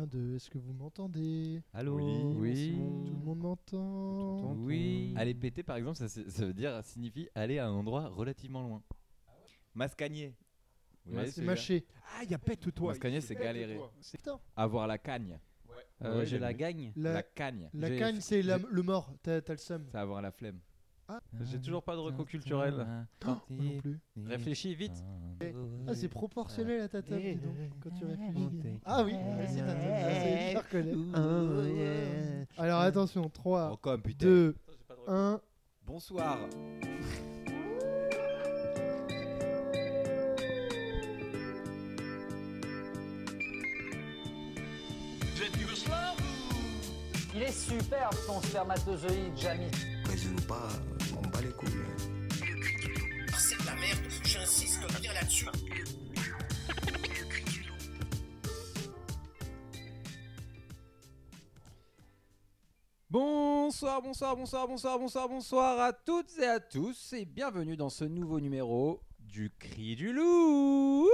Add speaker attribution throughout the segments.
Speaker 1: 1, 2, est-ce que vous m'entendez?
Speaker 2: Allô.
Speaker 3: Oui.
Speaker 1: Tout le monde m'entend?
Speaker 2: Oui.
Speaker 3: Aller péter, par exemple, ça veut dire, signifie aller à un endroit relativement loin. Mascagner. Vous voyez
Speaker 1: C'est
Speaker 3: celui-là
Speaker 1: mâché.
Speaker 4: Ah, il y a pète-toi.
Speaker 3: Mascagner,
Speaker 4: ici.
Speaker 3: c'est galérer.
Speaker 1: Putain.
Speaker 3: Avoir la cagne.
Speaker 2: J'ai
Speaker 4: il a
Speaker 2: la
Speaker 4: mis.
Speaker 2: gagne.
Speaker 3: La cagne.
Speaker 1: La
Speaker 2: J'ai-
Speaker 1: cagne, c'est le mort. T'as le seum.
Speaker 3: C'est avoir la flemme.
Speaker 2: J'ai toujours pas de reco culturel.
Speaker 1: Moi non plus.
Speaker 2: Réfléchis vite.
Speaker 1: Ah, c'est proportionnel à ta table, dis donc, quand tu réfléchis. Ah oui, c'est ta table. Ça, c'est je reconnais. Alors attention, 3,
Speaker 3: Oh, comme putain.
Speaker 1: 2, 1.
Speaker 3: Bonsoir.
Speaker 5: Il est superbe ton spermatozoïde, Jamie.
Speaker 6: Présume pas, m'en bats les couilles.
Speaker 7: C'est de la merde, j'insiste bien là-dessus.
Speaker 2: Bonsoir à toutes et à tous et bienvenue dans ce nouveau numéro du Cri du Loup.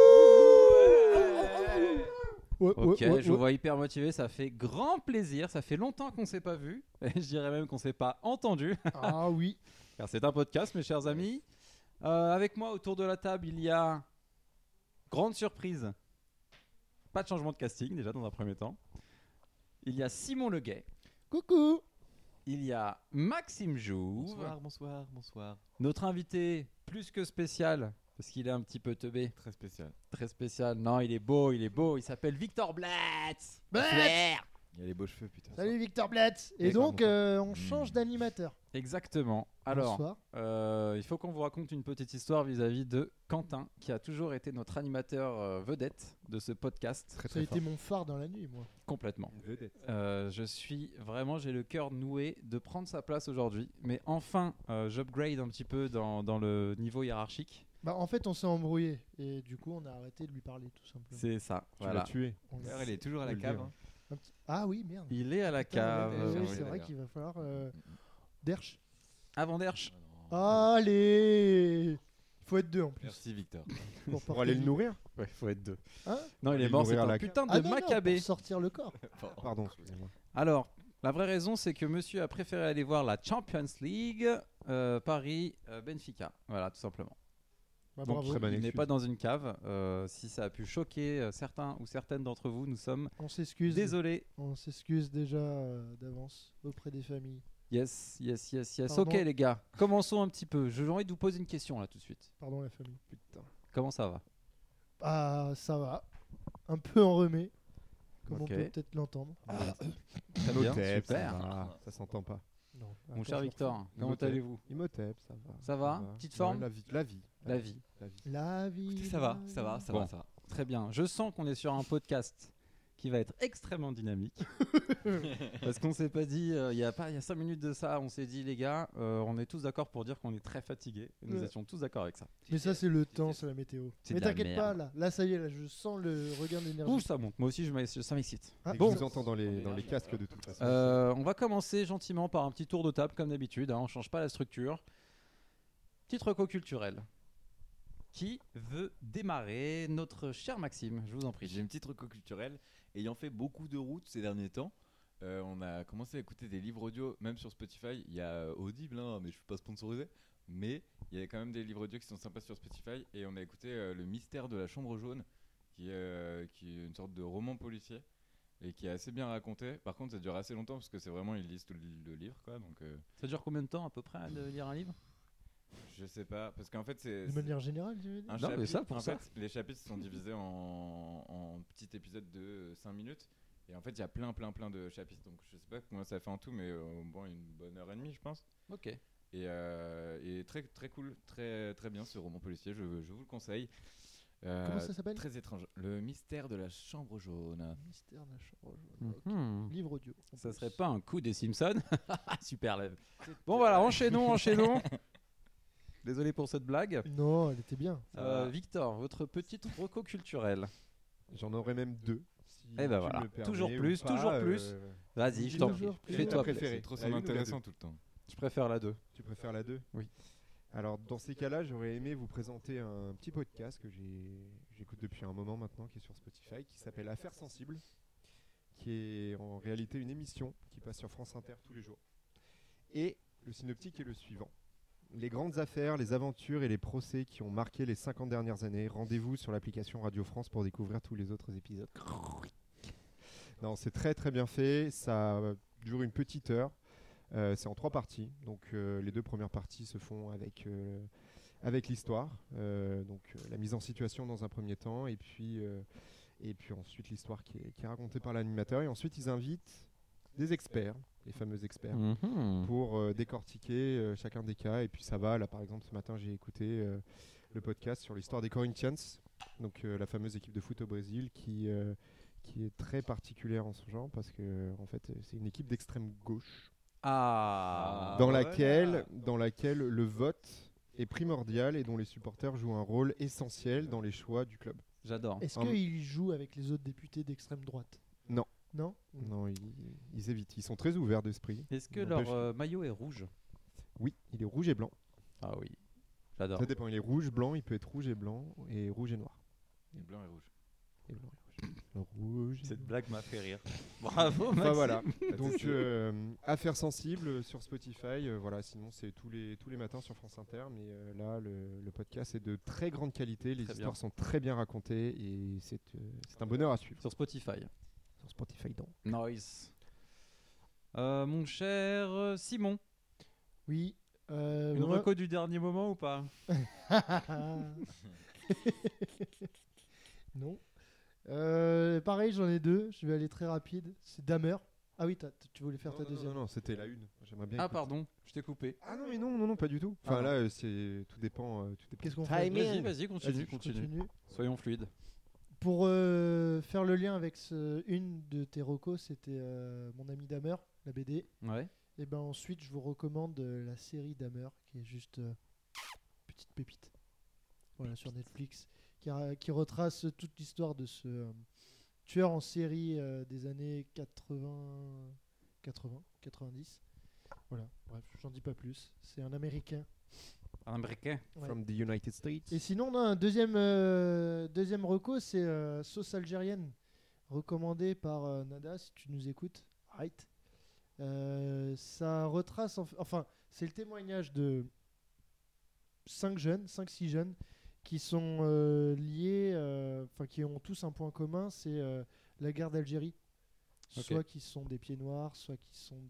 Speaker 2: Ok, je vous vois hyper motivé, ça fait grand plaisir, ça fait longtemps qu'on s'est pas vu, et je dirais même qu'on s'est pas entendu,
Speaker 1: Ah oui.
Speaker 2: car c'est un podcast mes chers amis. Avec moi autour de la table il y a, grande surprise, pas de changement de casting déjà dans un premier temps, il y a Simon Leguet,
Speaker 1: Coucou.
Speaker 2: il y a Maxime Jouve,
Speaker 3: Bonsoir.
Speaker 2: notre invité plus que spécial, parce qu'il est un petit peu teubé,
Speaker 3: Très spécial.
Speaker 2: très spécial, non il est beau, il s'appelle Victor Blatz.
Speaker 1: Blatz.
Speaker 3: Il y a les beaux cheveux, putain.
Speaker 1: Salut Victor Blatz. Et
Speaker 3: Et
Speaker 1: donc,
Speaker 3: pardon.
Speaker 1: on change d'animateur.
Speaker 2: Exactement. Alors,
Speaker 1: Bonsoir.
Speaker 2: il faut qu'on vous raconte une petite histoire vis-à-vis de Quentin, qui a toujours été notre animateur vedette de ce podcast.
Speaker 1: Ça a été mon phare dans la nuit, moi.
Speaker 2: Complètement.
Speaker 4: Vedette.
Speaker 2: J'ai le cœur noué de prendre sa place aujourd'hui. Mais enfin, j'upgrade un petit peu dans le niveau hiérarchique.
Speaker 1: Bah, en fait, on s'est embrouillé. Et du coup, on a arrêté de lui parler, tout simplement.
Speaker 2: C'est ça.
Speaker 4: Tu
Speaker 2: Voilà.
Speaker 4: l'as tué.
Speaker 1: On a-
Speaker 3: D'ailleurs, il est toujours à la
Speaker 4: Faut le
Speaker 3: cave.
Speaker 4: dire.
Speaker 3: hein.
Speaker 1: Ah oui, merde.
Speaker 2: Il est à la
Speaker 1: Putain,
Speaker 2: cave.
Speaker 1: oui,
Speaker 3: oui,
Speaker 1: c'est vrai
Speaker 3: d'ailleurs.
Speaker 1: qu'il va falloir... Derch.
Speaker 2: Avant d'Hersch.
Speaker 1: Allez. Il faut être deux en plus.
Speaker 3: Merci, Victor.
Speaker 1: Pour
Speaker 4: Pour aller le nourrir.
Speaker 2: Ouais, faut être deux.
Speaker 1: Hein?
Speaker 2: Non, il
Speaker 4: Aller
Speaker 2: est mort, c'est
Speaker 4: nourrir
Speaker 2: un
Speaker 4: la-
Speaker 2: putain de
Speaker 1: Ah non, non,
Speaker 2: macabé.
Speaker 1: pour sortir le corps.
Speaker 4: Pardon, excusez-moi.
Speaker 2: Alors, la vraie raison, c'est que monsieur a préféré aller voir la Champions League Paris-Benfica. Voilà, tout simplement.
Speaker 1: Bah,
Speaker 2: Donc,
Speaker 1: bravo.
Speaker 4: très bonne
Speaker 2: il n'est
Speaker 4: excuse.
Speaker 2: pas dans une cave. Si ça a pu choquer certains ou certaines d'entre vous, nous sommes
Speaker 1: On s'excuse.
Speaker 2: désolés.
Speaker 1: On s'excuse déjà d'avance auprès des familles.
Speaker 2: Yes.
Speaker 1: Pardon.
Speaker 2: Ok, les gars, commençons un petit peu. J'ai envie de vous poser une question là tout de suite.
Speaker 1: Pardon la famille.
Speaker 4: Putain.
Speaker 2: Comment ça va?
Speaker 1: Ah, ça va. Un peu enrhumé. Comme
Speaker 2: Ok.
Speaker 1: on peut peut-être l'entendre.
Speaker 2: Très bien,
Speaker 4: Imhotep,
Speaker 2: super.
Speaker 4: ça va. Ça s'entend pas.
Speaker 1: Non,
Speaker 2: Mon
Speaker 1: attends,
Speaker 2: cher
Speaker 1: je
Speaker 2: Victor,
Speaker 1: refais.
Speaker 2: comment
Speaker 4: Imhotep.
Speaker 2: allez-vous?
Speaker 4: Imhotep, ça va.
Speaker 2: Ça va? Petite forme?
Speaker 4: Ouais, la vie.
Speaker 2: La vie.
Speaker 1: La vie.
Speaker 3: Ça va.
Speaker 2: Bon. Très bien. Je sens qu'on est sur un podcast qui va être extrêmement dynamique. Parce qu'on s'est pas dit, il y a 5 minutes de ça, on s'est dit les gars, on est tous d'accord pour dire qu'on est très fatigués. Et nous
Speaker 1: Ouais.
Speaker 2: étions tous d'accord avec ça.
Speaker 1: Mais ça, c'est le temps, c'est la météo.
Speaker 2: C'est
Speaker 1: Mais
Speaker 2: de la
Speaker 1: t'inquiète pas,
Speaker 2: merde.
Speaker 1: là. Là, ça y est, là, je sens le regain d'énergie.
Speaker 2: Ouh, ça monte. Moi aussi, ça m'excite.
Speaker 1: Ah,
Speaker 4: Bon,
Speaker 2: Bon.
Speaker 4: je vous entends dans les casques de toute façon.
Speaker 2: On va commencer gentiment par un petit tour de table, comme d'habitude. On change pas la structure. Petite reco culturelle. Qui veut démarrer? Notre cher Maxime, je vous en prie.
Speaker 3: J'ai une petite reco culturelle. Ayant fait beaucoup de routes ces derniers temps, on a commencé à écouter des livres audio, même sur Spotify. Il y a Audible, hein, mais je ne suis pas sponsorisé. Mais il y a quand même des livres audio qui sont sympas sur Spotify. Et on a écouté Le mystère de la chambre jaune, qui est une sorte de roman policier et qui est assez bien raconté. Par contre, ça dure assez longtemps parce que c'est vraiment, ils lisent tout le livre, quoi. Donc,
Speaker 2: Ça dure combien de temps à peu près de lire un livre?
Speaker 3: je sais pas, parce qu'en fait, c'est
Speaker 1: De manière générale, tu veux dire?
Speaker 3: un
Speaker 2: Non, mais
Speaker 3: chapitre.
Speaker 2: ça, pour
Speaker 3: en
Speaker 2: ça.
Speaker 3: fait, les chapitres sont divisés en petits épisodes de 5 minutes. Et en fait, il y a plein de chapitres. Donc, je sais pas combien ça fait en tout, mais bon, une bonne heure et demie, je pense.
Speaker 2: Ok.
Speaker 3: Et très, très cool, très, très bien ce roman policier, je vous le conseille.
Speaker 1: Comment ça s'appelle?
Speaker 3: Très étrange. Le mystère de la chambre jaune.
Speaker 1: Mystère de la chambre jaune. Ok.
Speaker 2: Mhm.
Speaker 1: Livre audio. en
Speaker 2: Ça
Speaker 1: plus.
Speaker 2: serait pas un coup des Simpsons? Super lève. Bon voilà, enchaînons. Désolé pour cette blague.
Speaker 1: Non, elle était bien.
Speaker 2: Victor, votre petite reco culturelle.
Speaker 4: J'en aurais même deux. Si
Speaker 2: Eh ben
Speaker 4: tu
Speaker 2: voilà.
Speaker 4: me le permets
Speaker 2: Toujours
Speaker 4: ou
Speaker 2: plus,
Speaker 4: pas,
Speaker 2: toujours plus. Vas-y, je t'en prie.
Speaker 1: Toujours plus.
Speaker 2: Fais-toi
Speaker 4: Ta
Speaker 2: plaisir.
Speaker 4: préférée.
Speaker 3: C'est trop
Speaker 4: La une ou la
Speaker 3: intéressant
Speaker 4: deux
Speaker 3: tout le temps.
Speaker 2: Je préfère la 2.
Speaker 4: Tu préfères la 2?
Speaker 2: Oui.
Speaker 4: Alors, dans ces cas-là, j'aurais aimé vous présenter un petit podcast que j'écoute depuis un moment maintenant, qui est sur Spotify, qui s'appelle Affaires sensibles. qui est en réalité une émission qui passe sur France Inter tous les jours. Et le synoptique est le suivant. Les grandes affaires, les aventures et les procès qui ont marqué les 50 dernières années. Rendez-vous sur l'application Radio France pour découvrir tous les autres épisodes. Non, c'est très très bien fait. Ça dure une petite heure. C'est en 3 parties. Donc les 2 premières parties se font avec l'histoire. Donc la mise en situation dans un premier temps. Et puis ensuite l'histoire qui est racontée par l'animateur. Et ensuite ils invitent des experts, les fameux experts, pour décortiquer chacun des cas. Et puis ça va, là par exemple ce matin j'ai écouté le podcast sur l'histoire des Corinthians, donc la fameuse équipe de foot au Brésil qui est très particulière en ce genre parce que en fait c'est une équipe d'extrême gauche dans laquelle le vote est primordial et dont les supporters jouent un rôle essentiel dans les choix du club.
Speaker 2: J'adore.
Speaker 1: Est-ce qu'ils jouent avec les autres députés d'extrême droite?
Speaker 4: Non.
Speaker 1: Non,
Speaker 4: ils évitent. Ils sont très ouverts d'esprit.
Speaker 2: Est-ce que leur maillot est rouge?
Speaker 4: Oui, il est rouge et blanc.
Speaker 2: Ah oui, j'adore.
Speaker 4: Ça dépend, il est rouge, blanc, il peut être rouge et blanc, et rouge et noir.
Speaker 3: Et blanc et rouge.
Speaker 4: Et blanc et rouge. Le rouge.
Speaker 2: Cette blague m'a fait rire. Bravo, Maxime.
Speaker 4: Enfin voilà. Donc affaires sensibles sur Spotify. Voilà. Sinon c'est tous les matins sur France Inter. Mais là le podcast est de très grande qualité. Les histoires sont très bien racontées et c'est un bonheur à suivre.
Speaker 2: Sur Spotify.
Speaker 4: Sur Spotify donc.
Speaker 2: Nice. Mon cher Simon.
Speaker 1: Oui.
Speaker 2: Une reco du dernier moment ou pas?
Speaker 1: Non. Pareil, j'en ai 2. Je vais aller très rapide. C'est Dahmer. Ah oui, tu voulais faire ta deuxième.
Speaker 4: Non, c'était la une. J'aimerais bien.
Speaker 2: Ah pardon, je t'ai coupé.
Speaker 4: Ah non, mais non, pas du tout. Enfin là, tout dépend.
Speaker 1: Qu'est-ce qu'on fait?
Speaker 2: Vas-y, continue. Soyons fluides.
Speaker 1: Pour faire le lien avec une de tes recos, c'était Mon ami Dahmer, la BD.
Speaker 2: Ouais.
Speaker 1: Et ben ensuite, je vous recommande la série Dahmer, qui est juste petite pépite. Voilà, sur Netflix, qui retrace toute l'histoire de ce tueur en série des années 90. Voilà, bref, j'en dis pas plus. C'est un Américain.
Speaker 2: Un Américain.
Speaker 1: Ouais.
Speaker 4: From the United States.
Speaker 1: Et sinon, non, un deuxième reco, c'est Sauce algérienne, recommandé par Nada, si tu nous écoutes. Right. Ça retrace, enfin, c'est le témoignage de 5-6 jeunes qui sont liés, qui ont tous un point commun, c'est la guerre d'Algérie.
Speaker 2: Okay.
Speaker 1: Soit qui sont des pieds noirs, soit qui sont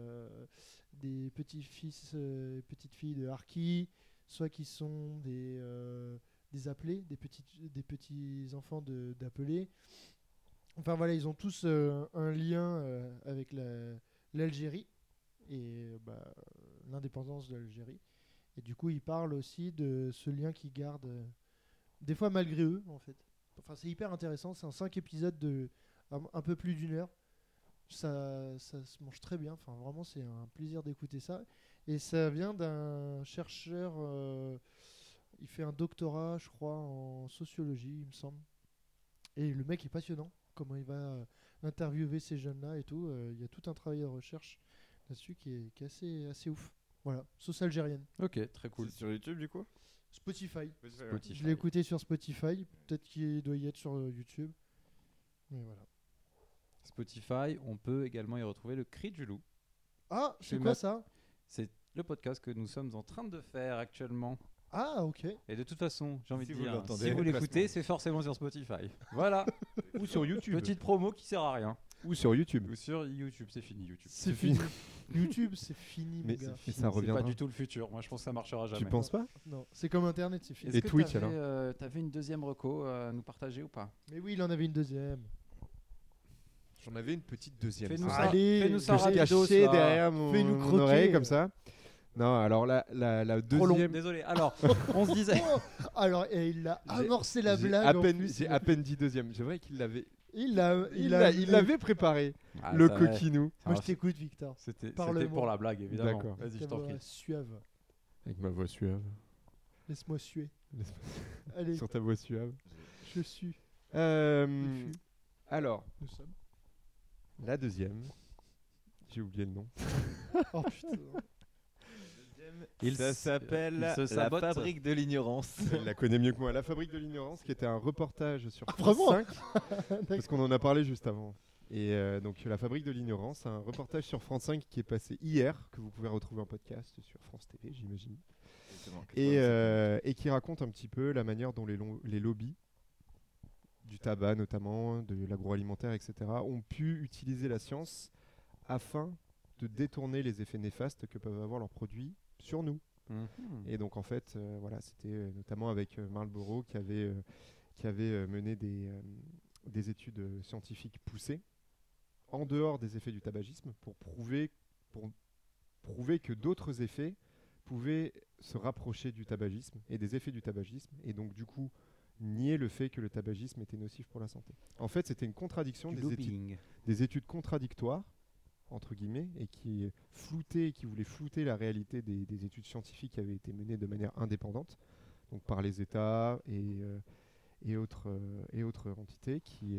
Speaker 1: des petits-fils, petites filles de Harki, soit qui sont des appelés, des petits enfants d'appelés. Enfin voilà, ils ont tous un lien avec l'Algérie et l'indépendance de l'Algérie. Et du coup, ils parlent aussi de ce lien qu'ils gardent, des fois malgré eux, en fait. Enfin, c'est hyper intéressant. C'est en 5 épisodes de un peu plus d'1 heure. Ça se mange très bien. Enfin, vraiment, c'est un plaisir d'écouter ça. Et ça vient d'un chercheur. Il fait un doctorat, je crois, en sociologie, il me semble. Et le mec est passionnant. Comment il va interviewer ces jeunes-là et tout. Il y a tout un travail de recherche là-dessus qui est assez ouf. Voilà, sauce algérienne.
Speaker 2: Ok, très cool.
Speaker 3: C'est sur YouTube du coup?
Speaker 1: Spotify.
Speaker 2: Spotify.
Speaker 1: Je l'ai écouté sur Spotify. Peut-être qu'il doit y être sur YouTube. Mais voilà.
Speaker 2: Spotify, on peut également y retrouver le Cri du loup.
Speaker 1: Ah, c'est quoi ça?
Speaker 2: C'est le podcast que nous sommes en train de faire actuellement.
Speaker 1: Ah, ok.
Speaker 2: Et de toute façon, j'ai envie
Speaker 3: Si
Speaker 2: de
Speaker 3: vous
Speaker 2: dire,
Speaker 3: l'entendez,
Speaker 2: si vous l'écoutez,
Speaker 4: placement.
Speaker 2: c'est forcément sur Spotify. Voilà.
Speaker 4: Ou sur YouTube.
Speaker 2: Petite promo qui sert à rien.
Speaker 4: Ou sur YouTube.
Speaker 2: Ou sur YouTube, c'est fini YouTube.
Speaker 1: C'est fini. YouTube, c'est fini,
Speaker 4: Mais
Speaker 1: mon gars.
Speaker 4: ça
Speaker 2: C'est
Speaker 4: reviendra.
Speaker 2: pas du tout le futur. Moi, je pense que ça marchera jamais.
Speaker 4: Tu penses pas?
Speaker 1: Non, c'est comme Internet, c'est fini.
Speaker 2: Est-ce
Speaker 4: Et
Speaker 2: que
Speaker 4: Twitch,
Speaker 2: t'avais une deuxième reco à nous partager ou pas?
Speaker 1: Mais oui, il en avait une deuxième.
Speaker 4: J'en avais une petite deuxième.
Speaker 2: Fais-nous
Speaker 4: ça.
Speaker 2: ça,
Speaker 1: Allez,
Speaker 2: fais-nous ça
Speaker 4: Que j'ai
Speaker 2: rapidos,
Speaker 4: caché
Speaker 2: là.
Speaker 4: derrière
Speaker 1: Fais-nous
Speaker 4: mon
Speaker 1: croquer.
Speaker 4: oreille comme ça. Non, alors la
Speaker 2: Trop long,
Speaker 4: deuxième.
Speaker 2: désolé. Alors, on se disait.
Speaker 1: Alors, il a
Speaker 4: J'ai-
Speaker 1: amorcé la
Speaker 4: j'ai
Speaker 1: blague.
Speaker 4: à
Speaker 1: en
Speaker 4: peine,
Speaker 1: plus.
Speaker 4: j'ai à peine dit deuxième. C'est vrai qu'il l'avait.
Speaker 1: Il
Speaker 4: l'avait préparé.
Speaker 2: Ah,
Speaker 4: le
Speaker 2: ça-
Speaker 4: coquinou.
Speaker 1: Moi,
Speaker 2: Ah,
Speaker 1: je t'écoute, Victor.
Speaker 2: C'était
Speaker 1: Parle-moi.
Speaker 2: pour la blague, évidemment.
Speaker 4: D'accord.
Speaker 2: Vas-y, je
Speaker 1: Ta
Speaker 2: t'en
Speaker 1: voix
Speaker 2: prie.
Speaker 1: suave.
Speaker 4: Avec ma voix suave.
Speaker 1: Laisse-moi suer.
Speaker 4: Laisse-moi-
Speaker 1: Allez,
Speaker 4: Sur ta voix suave.
Speaker 1: je suis.
Speaker 4: Alors,
Speaker 1: Nous sommes.
Speaker 4: la deuxième. J'ai oublié le nom.
Speaker 1: Oh putain.
Speaker 3: Ça s'appelle
Speaker 2: il se
Speaker 3: La
Speaker 2: sabote.
Speaker 3: fabrique de l'ignorance.
Speaker 4: Elle la connaît mieux que moi. La fabrique de l'ignorance, qui était un reportage sur
Speaker 1: Ah,
Speaker 4: France
Speaker 1: vraiment
Speaker 4: 5. Parce qu'on en a parlé juste avant. Et donc la fabrique de l'ignorance, un reportage sur France 5 qui est passé hier, que vous pouvez retrouver en podcast sur France TV, j'imagine.
Speaker 3: Exactement,
Speaker 4: Et qui raconte un petit peu la manière dont les lobbies du tabac notamment, de l'agroalimentaire, etc., ont pu utiliser la science afin de détourner les effets néfastes que peuvent avoir leurs produits sur nous. Et donc en fait, voilà, c'était notamment avec Marlboro qui avait mené des études scientifiques poussées en dehors des effets du tabagisme pour prouver que d'autres effets pouvaient se rapprocher du tabagisme et des effets du tabagisme, et donc du coup nier le fait que le tabagisme était nocif pour la santé. En fait, c'était une contradiction des études contradictoires entre guillemets, et qui voulait flouter la réalité des études scientifiques qui avaient été menées de manière indépendante, donc par les États et autres entités qui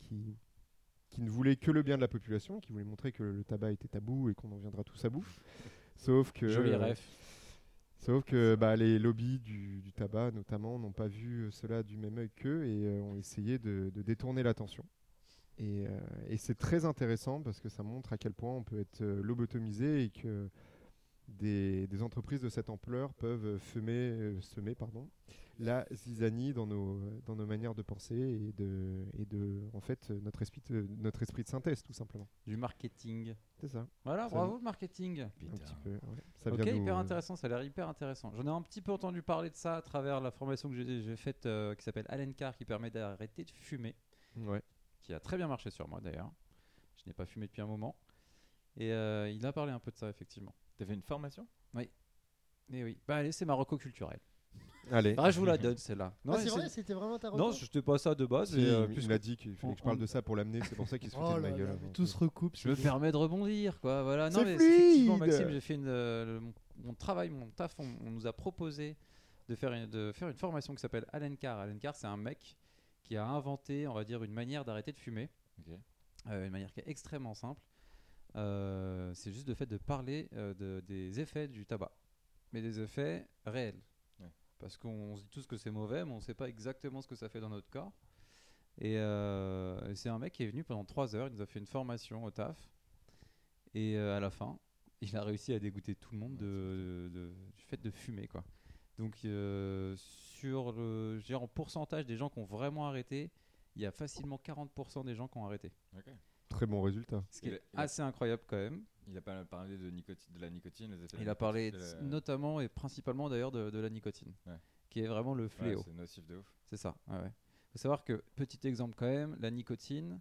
Speaker 4: ne voulaient que le bien de la population, qui voulaient montrer que le tabac était tabou et qu'on en viendra tous à bout. Sauf que
Speaker 2: Joli rêve.
Speaker 4: Sauf que les lobbies du tabac, notamment, n'ont pas vu cela du même œil qu'eux et ont essayé de détourner l'attention. Et c'est très intéressant parce que ça montre à quel point on peut être lobotomisé et que des entreprises de cette ampleur peuvent semer la zizanie dans nos manières de penser et de en fait notre esprit de synthèse, tout simplement.
Speaker 2: Du marketing.
Speaker 4: C'est ça.
Speaker 2: Voilà,
Speaker 4: Ça
Speaker 2: bravo le marketing.
Speaker 4: Un petit peu, ouais. Ça
Speaker 2: Ok,
Speaker 4: vient
Speaker 2: hyper intéressant, ça a l'air hyper intéressant. J'en ai un petit peu entendu parler de ça à travers la formation que j'ai faite qui s'appelle Alencar, qui permet d'arrêter de fumer,
Speaker 4: Ouais.
Speaker 2: qui a très bien marché sur moi d'ailleurs. Je n'ai pas fumé depuis un moment. Et il a parlé un peu de ça, effectivement.
Speaker 3: T'as fait une formation?
Speaker 2: Et oui. Bah allez, c'est ma reco culturelle.
Speaker 4: Allez.
Speaker 2: Ah, je vous la donne celle-là. Non,
Speaker 1: C'est
Speaker 2: et
Speaker 1: vrai, c'était vraiment ta reco.
Speaker 2: Non, c'était pas ça de base.
Speaker 4: Si,
Speaker 2: et,
Speaker 4: il
Speaker 2: puisque
Speaker 4: m'a dit qu'il fallait que je parle de ça pour l'amener, c'est pour ça qu'il se foutait
Speaker 1: Oh
Speaker 4: de ma
Speaker 1: là
Speaker 4: gueule.
Speaker 1: là,
Speaker 4: avant.
Speaker 1: tout se recoupe.
Speaker 2: je me permets de rebondir, quoi. Voilà. Non,
Speaker 4: C'est
Speaker 2: mais
Speaker 4: fluide.
Speaker 2: effectivement, Maxime, j'ai fait mon travail, mon taf. On nous a proposé de faire une formation qui s'appelle Alencar. Alencar, c'est un mec qui a inventé, on va dire, une manière d'arrêter de fumer.
Speaker 3: Ok.
Speaker 2: Une manière qui est extrêmement simple. C'est juste le fait de parler des effets du tabac, mais des effets réels.
Speaker 3: Ouais.
Speaker 2: Parce qu'on se dit tous que c'est mauvais, mais on ne sait pas exactement ce que ça fait dans notre corps. Et c'est un mec qui est venu pendant 3 heures, il nous a fait une formation au taf. Et à la fin, il a réussi à dégoûter tout le monde du fait de fumer, quoi. Donc je dirais en pourcentage des gens qui ont vraiment arrêté, il y a facilement 40% des gens qui ont arrêté.
Speaker 3: Ok.
Speaker 4: Très bon résultat.
Speaker 2: Ce qui est
Speaker 3: Il a-
Speaker 2: assez incroyable quand même.
Speaker 3: Il a pas parlé de la nicotine, les effets de
Speaker 2: Il
Speaker 3: la
Speaker 2: a parlé
Speaker 3: nicotine,
Speaker 2: notamment et principalement d'ailleurs de la nicotine,
Speaker 3: Ouais.
Speaker 2: qui est vraiment le
Speaker 3: Ouais,
Speaker 2: fléau.
Speaker 3: c'est nocif de ouf.
Speaker 2: C'est ça. Ouais, ouais. Faut savoir que, petit exemple quand même, la nicotine,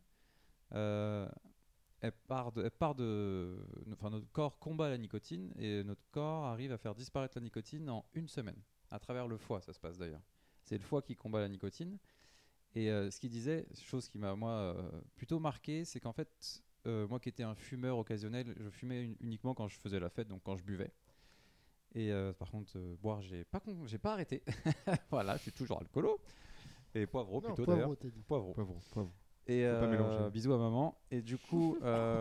Speaker 2: enfin, notre corps combat la nicotine et notre corps arrive à faire disparaître la nicotine en 1 semaine. À travers le foie, ça se passe d'ailleurs. C'est le foie qui combat la nicotine. Et ce qu'il disait, chose qui m'a moi plutôt marqué, c'est qu'en fait, moi qui étais un fumeur occasionnel, je fumais uniquement quand je faisais la fête, donc quand je buvais. Et par contre, boire, j'ai pas arrêté. Voilà, je suis toujours alcoolo. Et poivreau
Speaker 1: Non,
Speaker 2: plutôt
Speaker 1: poivreau,
Speaker 2: d'ailleurs.
Speaker 1: t'as dit.
Speaker 2: Poivreau.
Speaker 4: Poivre.
Speaker 2: Et
Speaker 4: Faut pas mélanger.
Speaker 2: bisous à maman. Et du coup,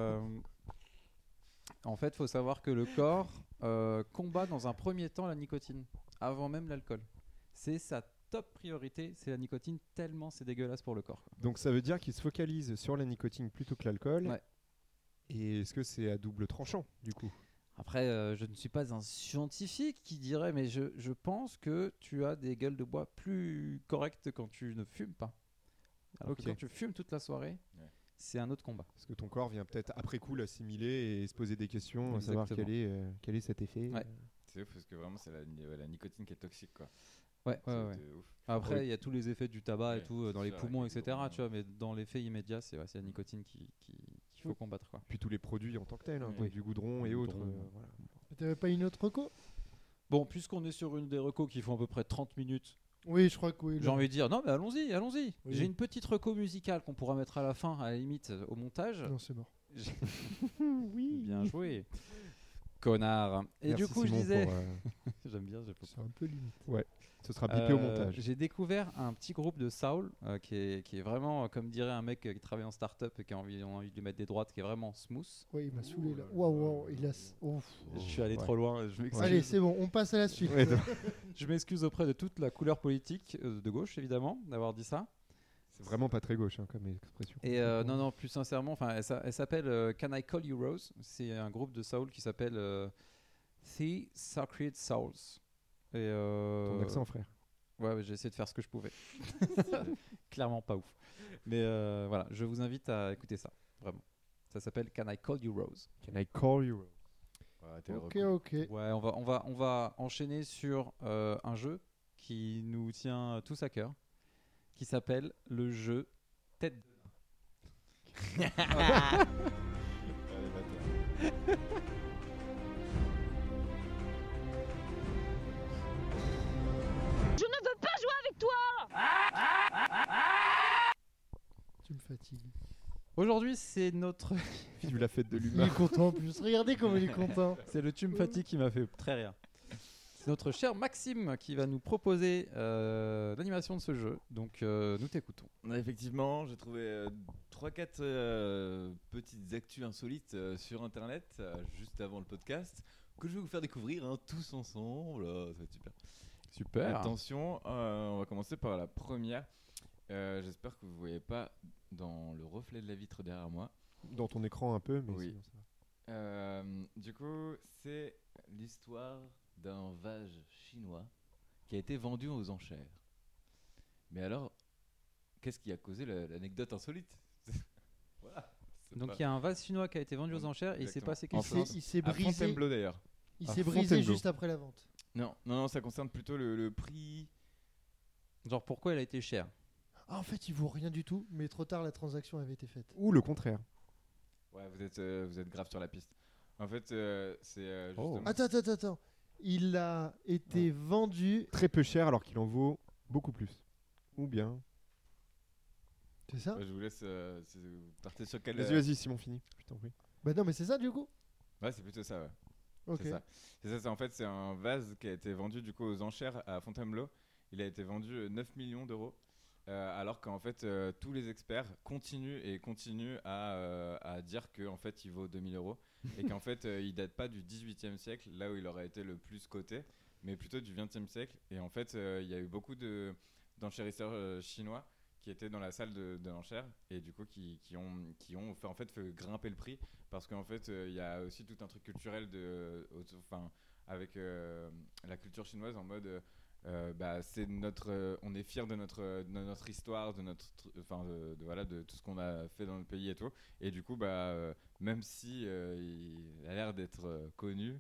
Speaker 2: en fait, faut savoir que le corps combat dans un premier temps la nicotine, avant même l'alcool. C'est sa top priorité, c'est la nicotine, tellement c'est dégueulasse pour le corps, quoi.
Speaker 4: Donc ça veut dire qu'il se focalise sur la nicotine plutôt que l'alcool.
Speaker 2: Ouais.
Speaker 4: Et est-ce que c'est à double tranchant du coup?
Speaker 2: Après, je ne suis pas un scientifique qui dirait, mais je pense que tu as des gueules de bois plus correctes quand tu ne fumes pas. Alors que
Speaker 4: Ok.
Speaker 2: quand tu fumes toute la soirée,
Speaker 3: Ouais.
Speaker 2: c'est un autre combat.
Speaker 4: Parce que ton corps vient peut-être après coup l'assimiler et se poser des questions, à savoir
Speaker 2: Exactement.
Speaker 4: quel est cet effet.
Speaker 2: Ouais.
Speaker 3: C'est ouf parce que vraiment c'est la nicotine qui est toxique quoi.
Speaker 2: Ouais,
Speaker 3: C'est
Speaker 2: ouais.
Speaker 3: de ouf.
Speaker 2: Après, il y a tous les effets du tabac et
Speaker 3: Ouais,
Speaker 2: tout dans
Speaker 3: c'est
Speaker 2: les
Speaker 3: sûr,
Speaker 2: poumons,
Speaker 3: avec les
Speaker 2: etc.
Speaker 3: poumons,
Speaker 2: Tu vois, mais dans l'effet immédiat, c'est la nicotine qu'il faut
Speaker 4: Oui.
Speaker 2: combattre, quoi.
Speaker 4: Puis tous les produits en tant que tels, hein,
Speaker 3: Oui.
Speaker 4: du goudron
Speaker 2: Du
Speaker 4: et autres.
Speaker 2: goudron.
Speaker 4: Voilà.
Speaker 1: T'avais pas une autre reco?
Speaker 2: Bon, puisqu'on est sur une des recos qui font à peu près 30 minutes,
Speaker 1: Oui, je crois que oui.
Speaker 2: j'ai envie de dire, non mais allons-y.
Speaker 1: Oui.
Speaker 2: J'ai une petite reco musicale qu'on pourra mettre à la fin, à la limite, au montage.
Speaker 1: Non, c'est mort.
Speaker 2: Oui. Bien joué. Connard. Et
Speaker 4: Merci
Speaker 2: du coup,
Speaker 4: Simon
Speaker 2: je disais...
Speaker 4: pour,
Speaker 2: J'aime bien,
Speaker 1: C'est un peu limite.
Speaker 4: ce sera bipé au montage.
Speaker 2: J'ai découvert un petit groupe de soul qui est vraiment, comme dirait un mec qui travaille en start-up et qui a envie de lui mettre des droites, qui est vraiment smooth.
Speaker 1: Oui, il m'a saoulé là. Waouh, il a. Ouf.
Speaker 2: Je suis allé
Speaker 4: Ouais.
Speaker 2: trop loin. Je m'excuse.
Speaker 1: Allez, c'est bon, on passe à la suite.
Speaker 4: Ouais, donc,
Speaker 2: Je m'excuse auprès de toute la couleur politique de gauche, évidemment, d'avoir dit ça.
Speaker 4: C'est vraiment pas très gauche comme expression.
Speaker 2: Et non, plus sincèrement, enfin, elle s'appelle Can I Call You Rose. C'est un groupe de soul qui s'appelle The Sacred Souls. Et
Speaker 4: Ton accent, frère.
Speaker 2: ouais, j'ai essayé de faire ce que je pouvais. Clairement pas ouf. Mais voilà, je vous invite à écouter ça, vraiment. Ça s'appelle Can I Call You Rose.
Speaker 4: Can I call you Rose?
Speaker 3: Ouais, t'es
Speaker 1: Ok,
Speaker 3: recool.
Speaker 1: ok.
Speaker 2: Ouais, on va enchaîner sur un jeu qui nous tient tous à cœur, qui s'appelle le jeu Tête de
Speaker 3: Allez, bâtard.
Speaker 1: Tu me fatigues.
Speaker 2: Aujourd'hui, c'est notre
Speaker 4: Vive la fête de
Speaker 1: Il
Speaker 4: l'humain.
Speaker 1: est content en plus. Regardez comme il est content.
Speaker 2: c'est le Tu me fatigues qui m'a fait très rire. C'est notre cher Maxime qui va nous proposer l'animation de ce jeu. Donc nous t'écoutons.
Speaker 3: Effectivement, j'ai trouvé 3-4 petites actus insolites sur internet juste avant le podcast que je vais vous faire découvrir tous ensemble. Ça va être super.
Speaker 2: Super.
Speaker 3: Attention, on va commencer par la première. J'espère que vous ne voyez pas dans le reflet de la vitre derrière moi.
Speaker 4: Dans ton écran un peu, mais
Speaker 3: Oui.
Speaker 4: sinon, ça va.
Speaker 3: Du coup, c'est l'histoire d'un vase chinois qui a été vendu aux enchères. Mais alors, qu'est-ce qui a causé l'anecdote insolite? Voilà. C'est
Speaker 2: Donc
Speaker 3: pas-
Speaker 2: il y a un vase chinois qui a été vendu aux enchères et il s'est
Speaker 3: Exactement.
Speaker 2: passé
Speaker 3: En
Speaker 2: quelque chose.
Speaker 3: France.
Speaker 1: Il s'est
Speaker 3: à
Speaker 1: brisé.
Speaker 3: Fontainebleau d'ailleurs.
Speaker 1: Il
Speaker 4: À
Speaker 1: s'est brisé
Speaker 4: Fontainebleau.
Speaker 1: juste après la vente.
Speaker 3: Non, ça concerne plutôt le prix.
Speaker 2: Genre pourquoi elle a été chère?
Speaker 1: Ah, en fait, il vaut rien du tout, mais trop tard, la transaction avait été faite.
Speaker 4: Ou le contraire.
Speaker 3: Ouais, vous êtes grave sur la piste. En fait, c'est
Speaker 2: Oh.
Speaker 3: justement.
Speaker 1: Attends. Il a été vendu.
Speaker 4: Très peu cher alors qu'il en vaut beaucoup plus. Ou bien.
Speaker 1: C'est ça?
Speaker 3: Je vous laisse. Vous partez sur quel.
Speaker 4: Vas-y, Simon, fini. Je t'en prie.
Speaker 1: Bah non, mais c'est ça du coup.
Speaker 3: Ouais, c'est plutôt ça, ouais.
Speaker 1: Ok.
Speaker 3: C'est ça. En fait, c'est un vase qui a été vendu du coup aux enchères à Fontainebleau. Il a été vendu 9 millions d'euros. Alors qu'en fait, tous les experts continuent à dire qu'en fait, il vaut 2000 euros. Et qu'en fait, il date pas du 18e siècle, là où il aurait été le plus coté, mais plutôt du 20e siècle. Et en fait, il y a eu beaucoup d'enchérisseurs chinois qui étaient dans la salle de l'enchère et du coup qui ont fait grimper le prix parce qu'en fait il y a aussi tout un truc culturel avec la culture chinoise en mode c'est on est fier de notre histoire, de tout ce qu'on a fait dans notre pays et tout, et du coup même si il a l'air d'être connu,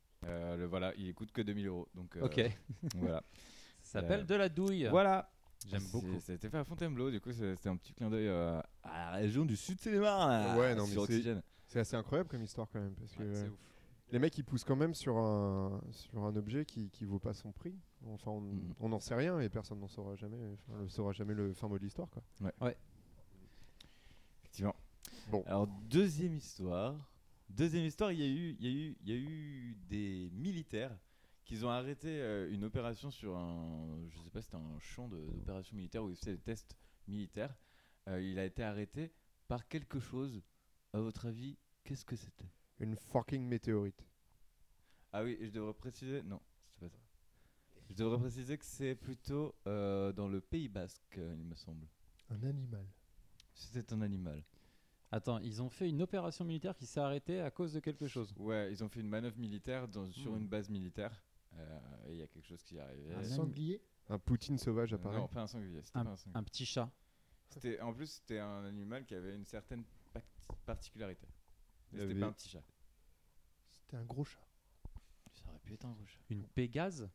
Speaker 3: il coûte que 2000 euros, donc
Speaker 2: Ok.
Speaker 3: voilà.
Speaker 2: Ça s'appelle de la douille.
Speaker 3: Voilà.
Speaker 2: J'aime beaucoup.
Speaker 3: Ça a été fait à Fontainebleau, du coup c'était un petit clin d'œil à la région du Sud-Seine-et-Marne,
Speaker 4: Ouais, non, mais
Speaker 3: sur
Speaker 4: c'est-
Speaker 3: Oxygène.
Speaker 4: C'est assez incroyable comme histoire quand même. Parce que
Speaker 2: Ouais, c'est ouf.
Speaker 4: les mecs ils poussent quand même sur un objet qui vaut pas son prix. Enfin, on n'en sait rien et personne n'en saura jamais. Enfin, ne saura jamais le fin mot de l'histoire, quoi.
Speaker 3: Effectivement.
Speaker 4: Bon.
Speaker 3: Alors deuxième histoire, il y a eu des militaires qui ont arrêté une opération sur je sais pas, c'était un champ d'opération militaire où ils faisaient des tests militaires. Il a été arrêté par quelque chose. À votre avis, qu'est-ce que c'était?
Speaker 4: Une fucking météorite.
Speaker 3: Ah oui, et je devrais préciser, non, c'est pas ça. Je devrais préciser que c'est plutôt dans le Pays Basque, il me semble.
Speaker 1: Un animal.
Speaker 3: C'était un animal.
Speaker 2: Attends, ils ont fait une opération militaire qui s'est arrêtée à cause de quelque chose.
Speaker 3: Ouais, ils ont fait une manœuvre militaire sur
Speaker 2: Hmm.
Speaker 3: une base militaire. Et il y a quelque chose qui est arrivé.
Speaker 1: Un
Speaker 2: Un
Speaker 1: sanglier.
Speaker 4: Un Poutine sauvage apparaît.
Speaker 3: Non, pas un sanglier. C'était pas un sanglier.
Speaker 2: Un petit chat.
Speaker 3: En plus, c'était un animal qui avait une certaine particularité.
Speaker 4: Il
Speaker 3: C'était
Speaker 4: avait-
Speaker 3: pas un petit chat.
Speaker 1: C'était un gros chat.
Speaker 3: Ça aurait pu être un gros chat.
Speaker 2: Une Pégase.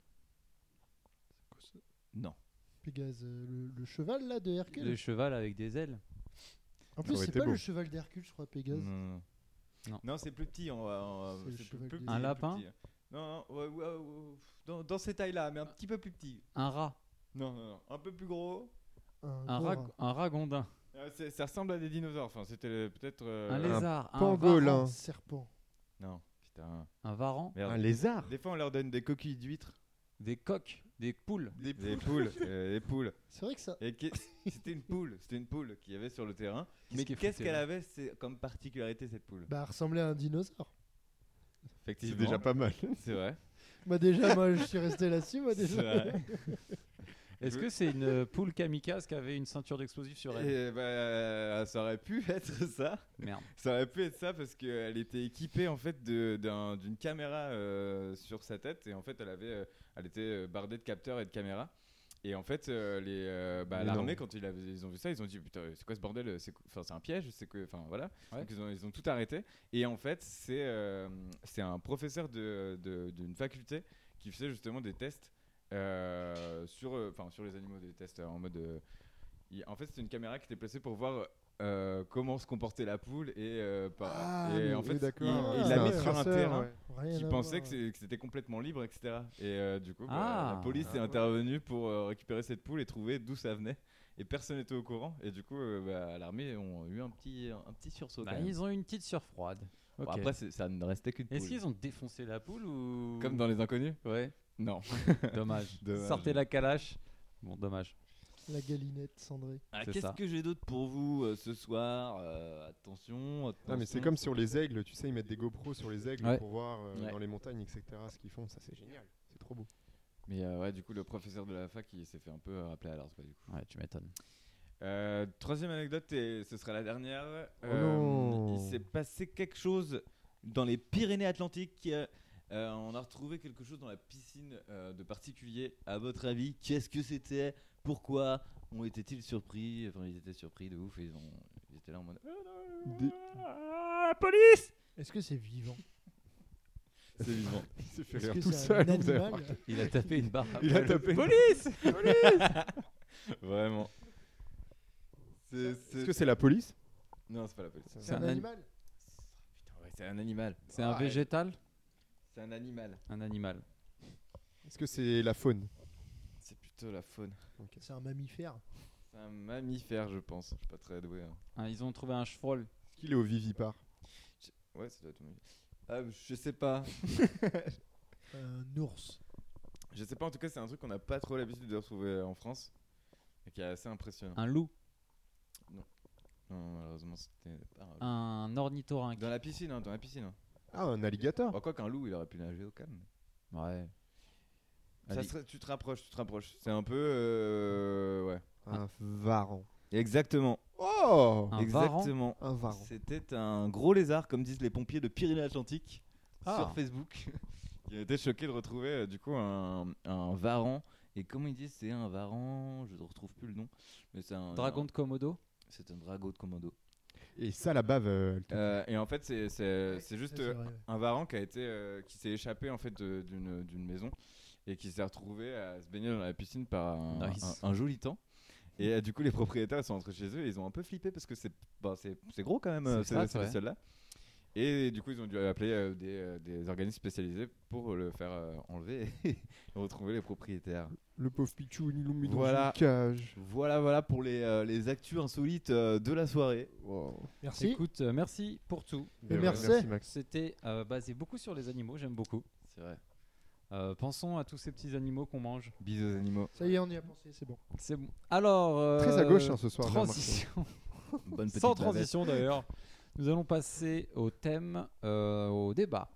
Speaker 3: Non.
Speaker 1: Pégase, le cheval là de Hercule.
Speaker 2: Le cheval avec des ailes.
Speaker 1: En plus,
Speaker 4: aurait
Speaker 1: c'est
Speaker 4: été
Speaker 1: pas
Speaker 4: beau.
Speaker 1: le cheval d'Hercule, je crois, Pégase.
Speaker 3: Non.
Speaker 2: Non.
Speaker 3: Non, c'est plus petit.
Speaker 1: C'est le
Speaker 3: c'est
Speaker 1: cheval
Speaker 3: plus
Speaker 1: des-
Speaker 3: petit,
Speaker 2: Un
Speaker 3: plus
Speaker 2: lapin
Speaker 3: petit. Non, dans ces tailles-là, mais un petit peu plus petit.
Speaker 2: Un rat.
Speaker 3: Non. Un peu plus gros.
Speaker 2: Un,
Speaker 1: gros
Speaker 2: rat,
Speaker 1: rat.
Speaker 2: un ragondin.
Speaker 3: Ça ressemble à des dinosaures. Enfin, c'était peut-être.
Speaker 2: Un lézard. Un
Speaker 4: pangolin.
Speaker 2: varan.
Speaker 1: Un serpent.
Speaker 3: Non, putain.
Speaker 2: Un varan.
Speaker 3: Merde.
Speaker 4: Un lézard.
Speaker 3: Des fois, on leur donne des coquilles d'huîtres.
Speaker 2: Des coqs. Des poules.
Speaker 3: Des poules. Des poules.
Speaker 1: C'est vrai que ça.
Speaker 3: Et c'était une poule qu'il y avait sur le terrain.
Speaker 2: Qu'est-ce
Speaker 3: Mais
Speaker 2: qu'elle
Speaker 3: qu'est-ce
Speaker 2: foutait
Speaker 3: qu'elle
Speaker 2: là
Speaker 3: avait comme particularité, cette poule?
Speaker 1: Bah, ressemblait à un dinosaure.
Speaker 4: C'est
Speaker 3: Effectivement,
Speaker 4: déjà pas mal.
Speaker 3: c'est vrai.
Speaker 1: Bah, déjà, moi, je suis resté là-dessus, moi,
Speaker 3: C'est
Speaker 1: déjà.
Speaker 3: vrai.
Speaker 2: Est-ce que c'est une poule kamikaze qui avait une ceinture d'explosifs sur elle?
Speaker 3: Et bah, ça aurait pu être ça.
Speaker 2: Merde.
Speaker 3: Ça aurait pu être ça parce qu'elle était équipée en fait d'une caméra sur sa tête et en fait elle était bardée de capteurs et de caméras. Et en fait, l'armée, quand ils ont vu ça, ils ont dit putain, c'est quoi ce bordel? C'est un piège, voilà.
Speaker 2: Ouais.
Speaker 3: Donc ils ont tout arrêté. Et en fait, c'est un professeur d'une faculté qui faisait justement des tests sur les animaux, des tests en mode. En fait, c'était une caméra qui était placée pour voir comment se comportait la poule et en fait, il l'a mis sur un terrain. Qui pensait que c'était complètement libre, etc. Et du coup, la police est intervenue pour récupérer cette poule et trouver d'où ça venait. Et personne n'était au courant. Et du coup, l'armée ont eu un petit sursaut. Quand même.
Speaker 2: Ils ont eu une petite sueur froide.
Speaker 3: Bon,
Speaker 2: Ok.
Speaker 3: après, ça ne restait qu'une poule.
Speaker 2: Est-ce qu'ils ont défoncé la poule ou
Speaker 3: Comme dans Les Inconnus?
Speaker 2: Ouais.
Speaker 3: Non.
Speaker 2: Dommage.
Speaker 3: Dommage.
Speaker 2: Sortez la calache. Bon, dommage.
Speaker 1: La galinette cendrée.
Speaker 2: C'est
Speaker 3: Qu'est-ce
Speaker 2: ça.
Speaker 3: que j'ai d'autre pour vous ce soir? Attention.
Speaker 4: Non, mais c'est comme sur les aigles, tu sais, ils mettent des GoPros sur les aigles
Speaker 2: Ouais.
Speaker 4: pour voir
Speaker 3: Ouais.
Speaker 4: dans les montagnes, etc. ce qu'ils font. Ça, c'est génial. C'est trop beau.
Speaker 3: Mais ouais, du coup, le professeur de la fac, il s'est fait un peu rappeler à l'ordre, quoi, du coup.
Speaker 2: Ouais, tu m'étonnes.
Speaker 3: Troisième anecdote, et ce sera la dernière.
Speaker 4: non.
Speaker 3: Il s'est passé quelque chose dans les Pyrénées-Atlantiques. On a retrouvé quelque chose dans la piscine de particulier. À votre avis, qu'est-ce que c'était? Pourquoi était-ils surpris? Enfin, ils étaient surpris de ouf et ils étaient là en mode police!
Speaker 1: Est-ce que c'est vivant?
Speaker 3: C'est vivant.
Speaker 4: Il s'est fait
Speaker 1: Est-ce
Speaker 4: rire
Speaker 1: que
Speaker 4: tout
Speaker 1: c'est
Speaker 4: seul.
Speaker 1: un
Speaker 4: vous avez
Speaker 1: animal?
Speaker 4: remarqué.
Speaker 2: Il a tapé une barre.
Speaker 4: Il a tapé.
Speaker 3: Police! Vraiment.
Speaker 4: Est-ce que c'est la police?
Speaker 3: Non, c'est pas la police.
Speaker 1: C'est un animal?
Speaker 3: Putain, ouais, c'est un animal.
Speaker 2: C'est un végétal?
Speaker 3: C'est un animal.
Speaker 2: Un animal.
Speaker 4: Est-ce que c'est la faune?
Speaker 3: C'est plutôt la faune.
Speaker 1: C'est un mammifère?
Speaker 3: C'est un mammifère, je pense. Je suis pas très doué.
Speaker 2: Ils ont trouvé un cheval.
Speaker 4: Est-ce qu'il est ovivipare?
Speaker 3: Ouais, ça doit être. Je sais pas.
Speaker 1: Un ours?
Speaker 3: Je sais pas, en tout cas, c'est un truc qu'on n'a pas trop l'habitude de retrouver en France et qui est assez impressionnant.
Speaker 2: Un loup.
Speaker 3: Non, malheureusement, c'était pas un loup.
Speaker 2: Un ornithorynque.
Speaker 3: Dans la piscine, hein,
Speaker 4: Ah, un alligator.
Speaker 3: Bah, quoi qu'un loup, il aurait pu nager au calme.
Speaker 2: Ouais.
Speaker 3: Tu te rapproches. C'est un peu. Ouais.
Speaker 4: Un varan.
Speaker 3: Exactement.
Speaker 4: Oh,
Speaker 2: Un
Speaker 3: Exactement.
Speaker 4: un varan.
Speaker 3: C'était un gros lézard, comme disent les pompiers de Pyrénées-Atlantiques sur
Speaker 2: Ah.
Speaker 3: Facebook. Qui a été choqué de retrouver du coup un varan. Et comment ils disent, c'est un varan, je ne retrouve plus le nom. Mais c'est un
Speaker 2: Dragon de Komodo.
Speaker 3: C'est un dragon de Komodo.
Speaker 4: Et ça, la bave. elle te-
Speaker 3: Et en fait, c'est juste
Speaker 1: C'est vrai, ouais.
Speaker 3: un varan qui s'est échappé en fait d'une maison et qui s'est retrouvé à se baigner dans la piscine par
Speaker 2: Nice.
Speaker 3: un joli temps. Et du coup, les propriétaires sont rentrés chez eux et ils ont un peu flippé parce que c'est gros quand même,
Speaker 2: C'est fat, ouais.
Speaker 3: les seuls-là. Et du coup, ils ont dû appeler des organismes spécialisés pour le faire enlever et retrouver les propriétaires.
Speaker 4: Le pauvre Pichou, ils l'ont mis
Speaker 3: Voilà.
Speaker 4: dans une cage.
Speaker 3: Voilà pour les actus insolites de la soirée.
Speaker 4: Wow.
Speaker 1: Merci.
Speaker 2: Écoute, merci pour tout.
Speaker 1: Et merci.
Speaker 4: Max.
Speaker 2: C'était basé beaucoup sur les animaux, j'aime beaucoup.
Speaker 3: C'est vrai.
Speaker 2: Pensons à tous ces petits animaux qu'on mange.
Speaker 3: Bisous aux animaux.
Speaker 1: Ça y est, on y a pensé, c'est bon.
Speaker 2: C'est bon. Alors,
Speaker 4: Très à gauche, hein, ce soir, j'ai
Speaker 2: Transition.
Speaker 3: Bonne petite
Speaker 2: Sans
Speaker 3: bavette.
Speaker 2: transition d'ailleurs. Nous allons passer au thème, au débat.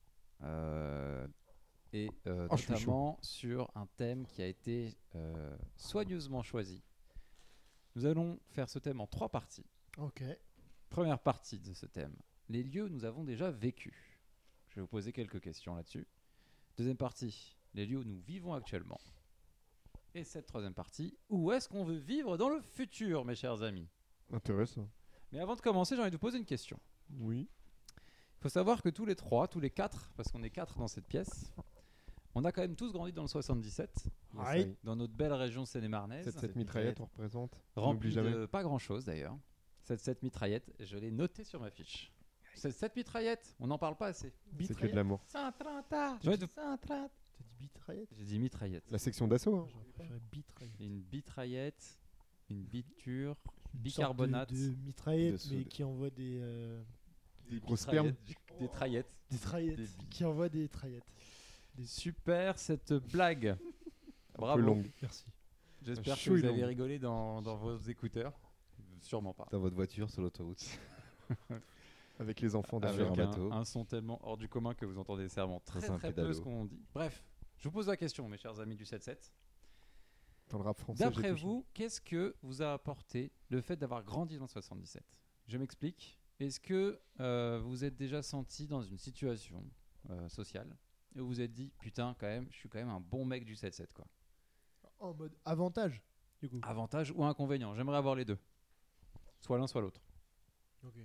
Speaker 2: Et
Speaker 4: Oh, je suis
Speaker 2: notamment sur un thème qui a été soigneusement choisi. Nous allons faire ce thème en 3 parties.
Speaker 1: Ok.
Speaker 2: Première partie de ce thème, les lieux où nous avons déjà vécu. Je vais vous poser quelques questions là-dessus. Deuxième partie, les lieux où nous vivons actuellement. Et cette troisième partie, où est-ce qu'on veut vivre dans le futur, mes chers amis?
Speaker 4: Intéressant.
Speaker 2: Mais avant de commencer, j'ai envie de vous poser une question.
Speaker 4: Oui.
Speaker 2: Il faut savoir que tous les 4, parce qu'on est 4 dans cette pièce, on a quand même tous grandi dans le 77,
Speaker 1: Ouais.
Speaker 2: dans notre belle région Seine-et-Marnaise,
Speaker 4: Cette mitraillette, on représente.
Speaker 2: remplie
Speaker 4: N'oublie jamais.
Speaker 2: de pas grand-chose d'ailleurs. Cette mitraillette, je l'ai notée sur ma fiche. Cette mitraillette, on n'en parle pas assez.
Speaker 4: C'est que de l'amour.
Speaker 2: J'ai envie de-
Speaker 1: T'as dit bitraillette?
Speaker 2: J'ai dit mitraillette.
Speaker 4: La section d'assaut. Hein.
Speaker 1: J'aurais préféré bitraillette.
Speaker 2: Une bitraillette, une biture,
Speaker 1: Une sorte
Speaker 2: bicarbonate,
Speaker 1: de mitraillette,
Speaker 3: de
Speaker 1: mais
Speaker 3: soude.
Speaker 1: qui envoie des
Speaker 4: Gros sperme.
Speaker 2: des traillettes.
Speaker 1: des traillettes.
Speaker 2: Des-
Speaker 1: Qui envoie des traillettes.
Speaker 2: Super cette blague.
Speaker 4: Un peu
Speaker 2: Bravo.
Speaker 4: longue.
Speaker 1: Merci.
Speaker 2: J'espère que
Speaker 4: Chouille
Speaker 2: vous avez
Speaker 4: longue.
Speaker 2: rigolé dans vos écouteurs. Sûrement pas.
Speaker 3: Dans votre voiture sur l'autoroute.
Speaker 4: Avec les enfants
Speaker 3: Avec
Speaker 4: derrière.
Speaker 2: Avec
Speaker 3: un bateau.
Speaker 2: un son tellement hors du commun que vous entendez nécessairement
Speaker 3: Très
Speaker 2: très
Speaker 3: un
Speaker 2: très peu
Speaker 3: pédalo.
Speaker 2: ce qu'on dit. Bref, je vous pose la question, mes chers amis du 7-7.
Speaker 4: Dans le rap français,
Speaker 2: D'après
Speaker 4: j'ai touché.
Speaker 2: vous, qu'est-ce que vous a apporté le fait d'avoir grandi dans le 77 ? Je m'explique. Est-ce que vous êtes déjà senti dans une situation sociale et vous vous êtes dit putain quand même, je suis quand même un bon mec du 7-7 quoi.
Speaker 1: En mode avantage, du coup.
Speaker 2: Avantage ou inconvénient ? J'aimerais avoir les deux. Soit l'un soit l'autre.
Speaker 1: Ok.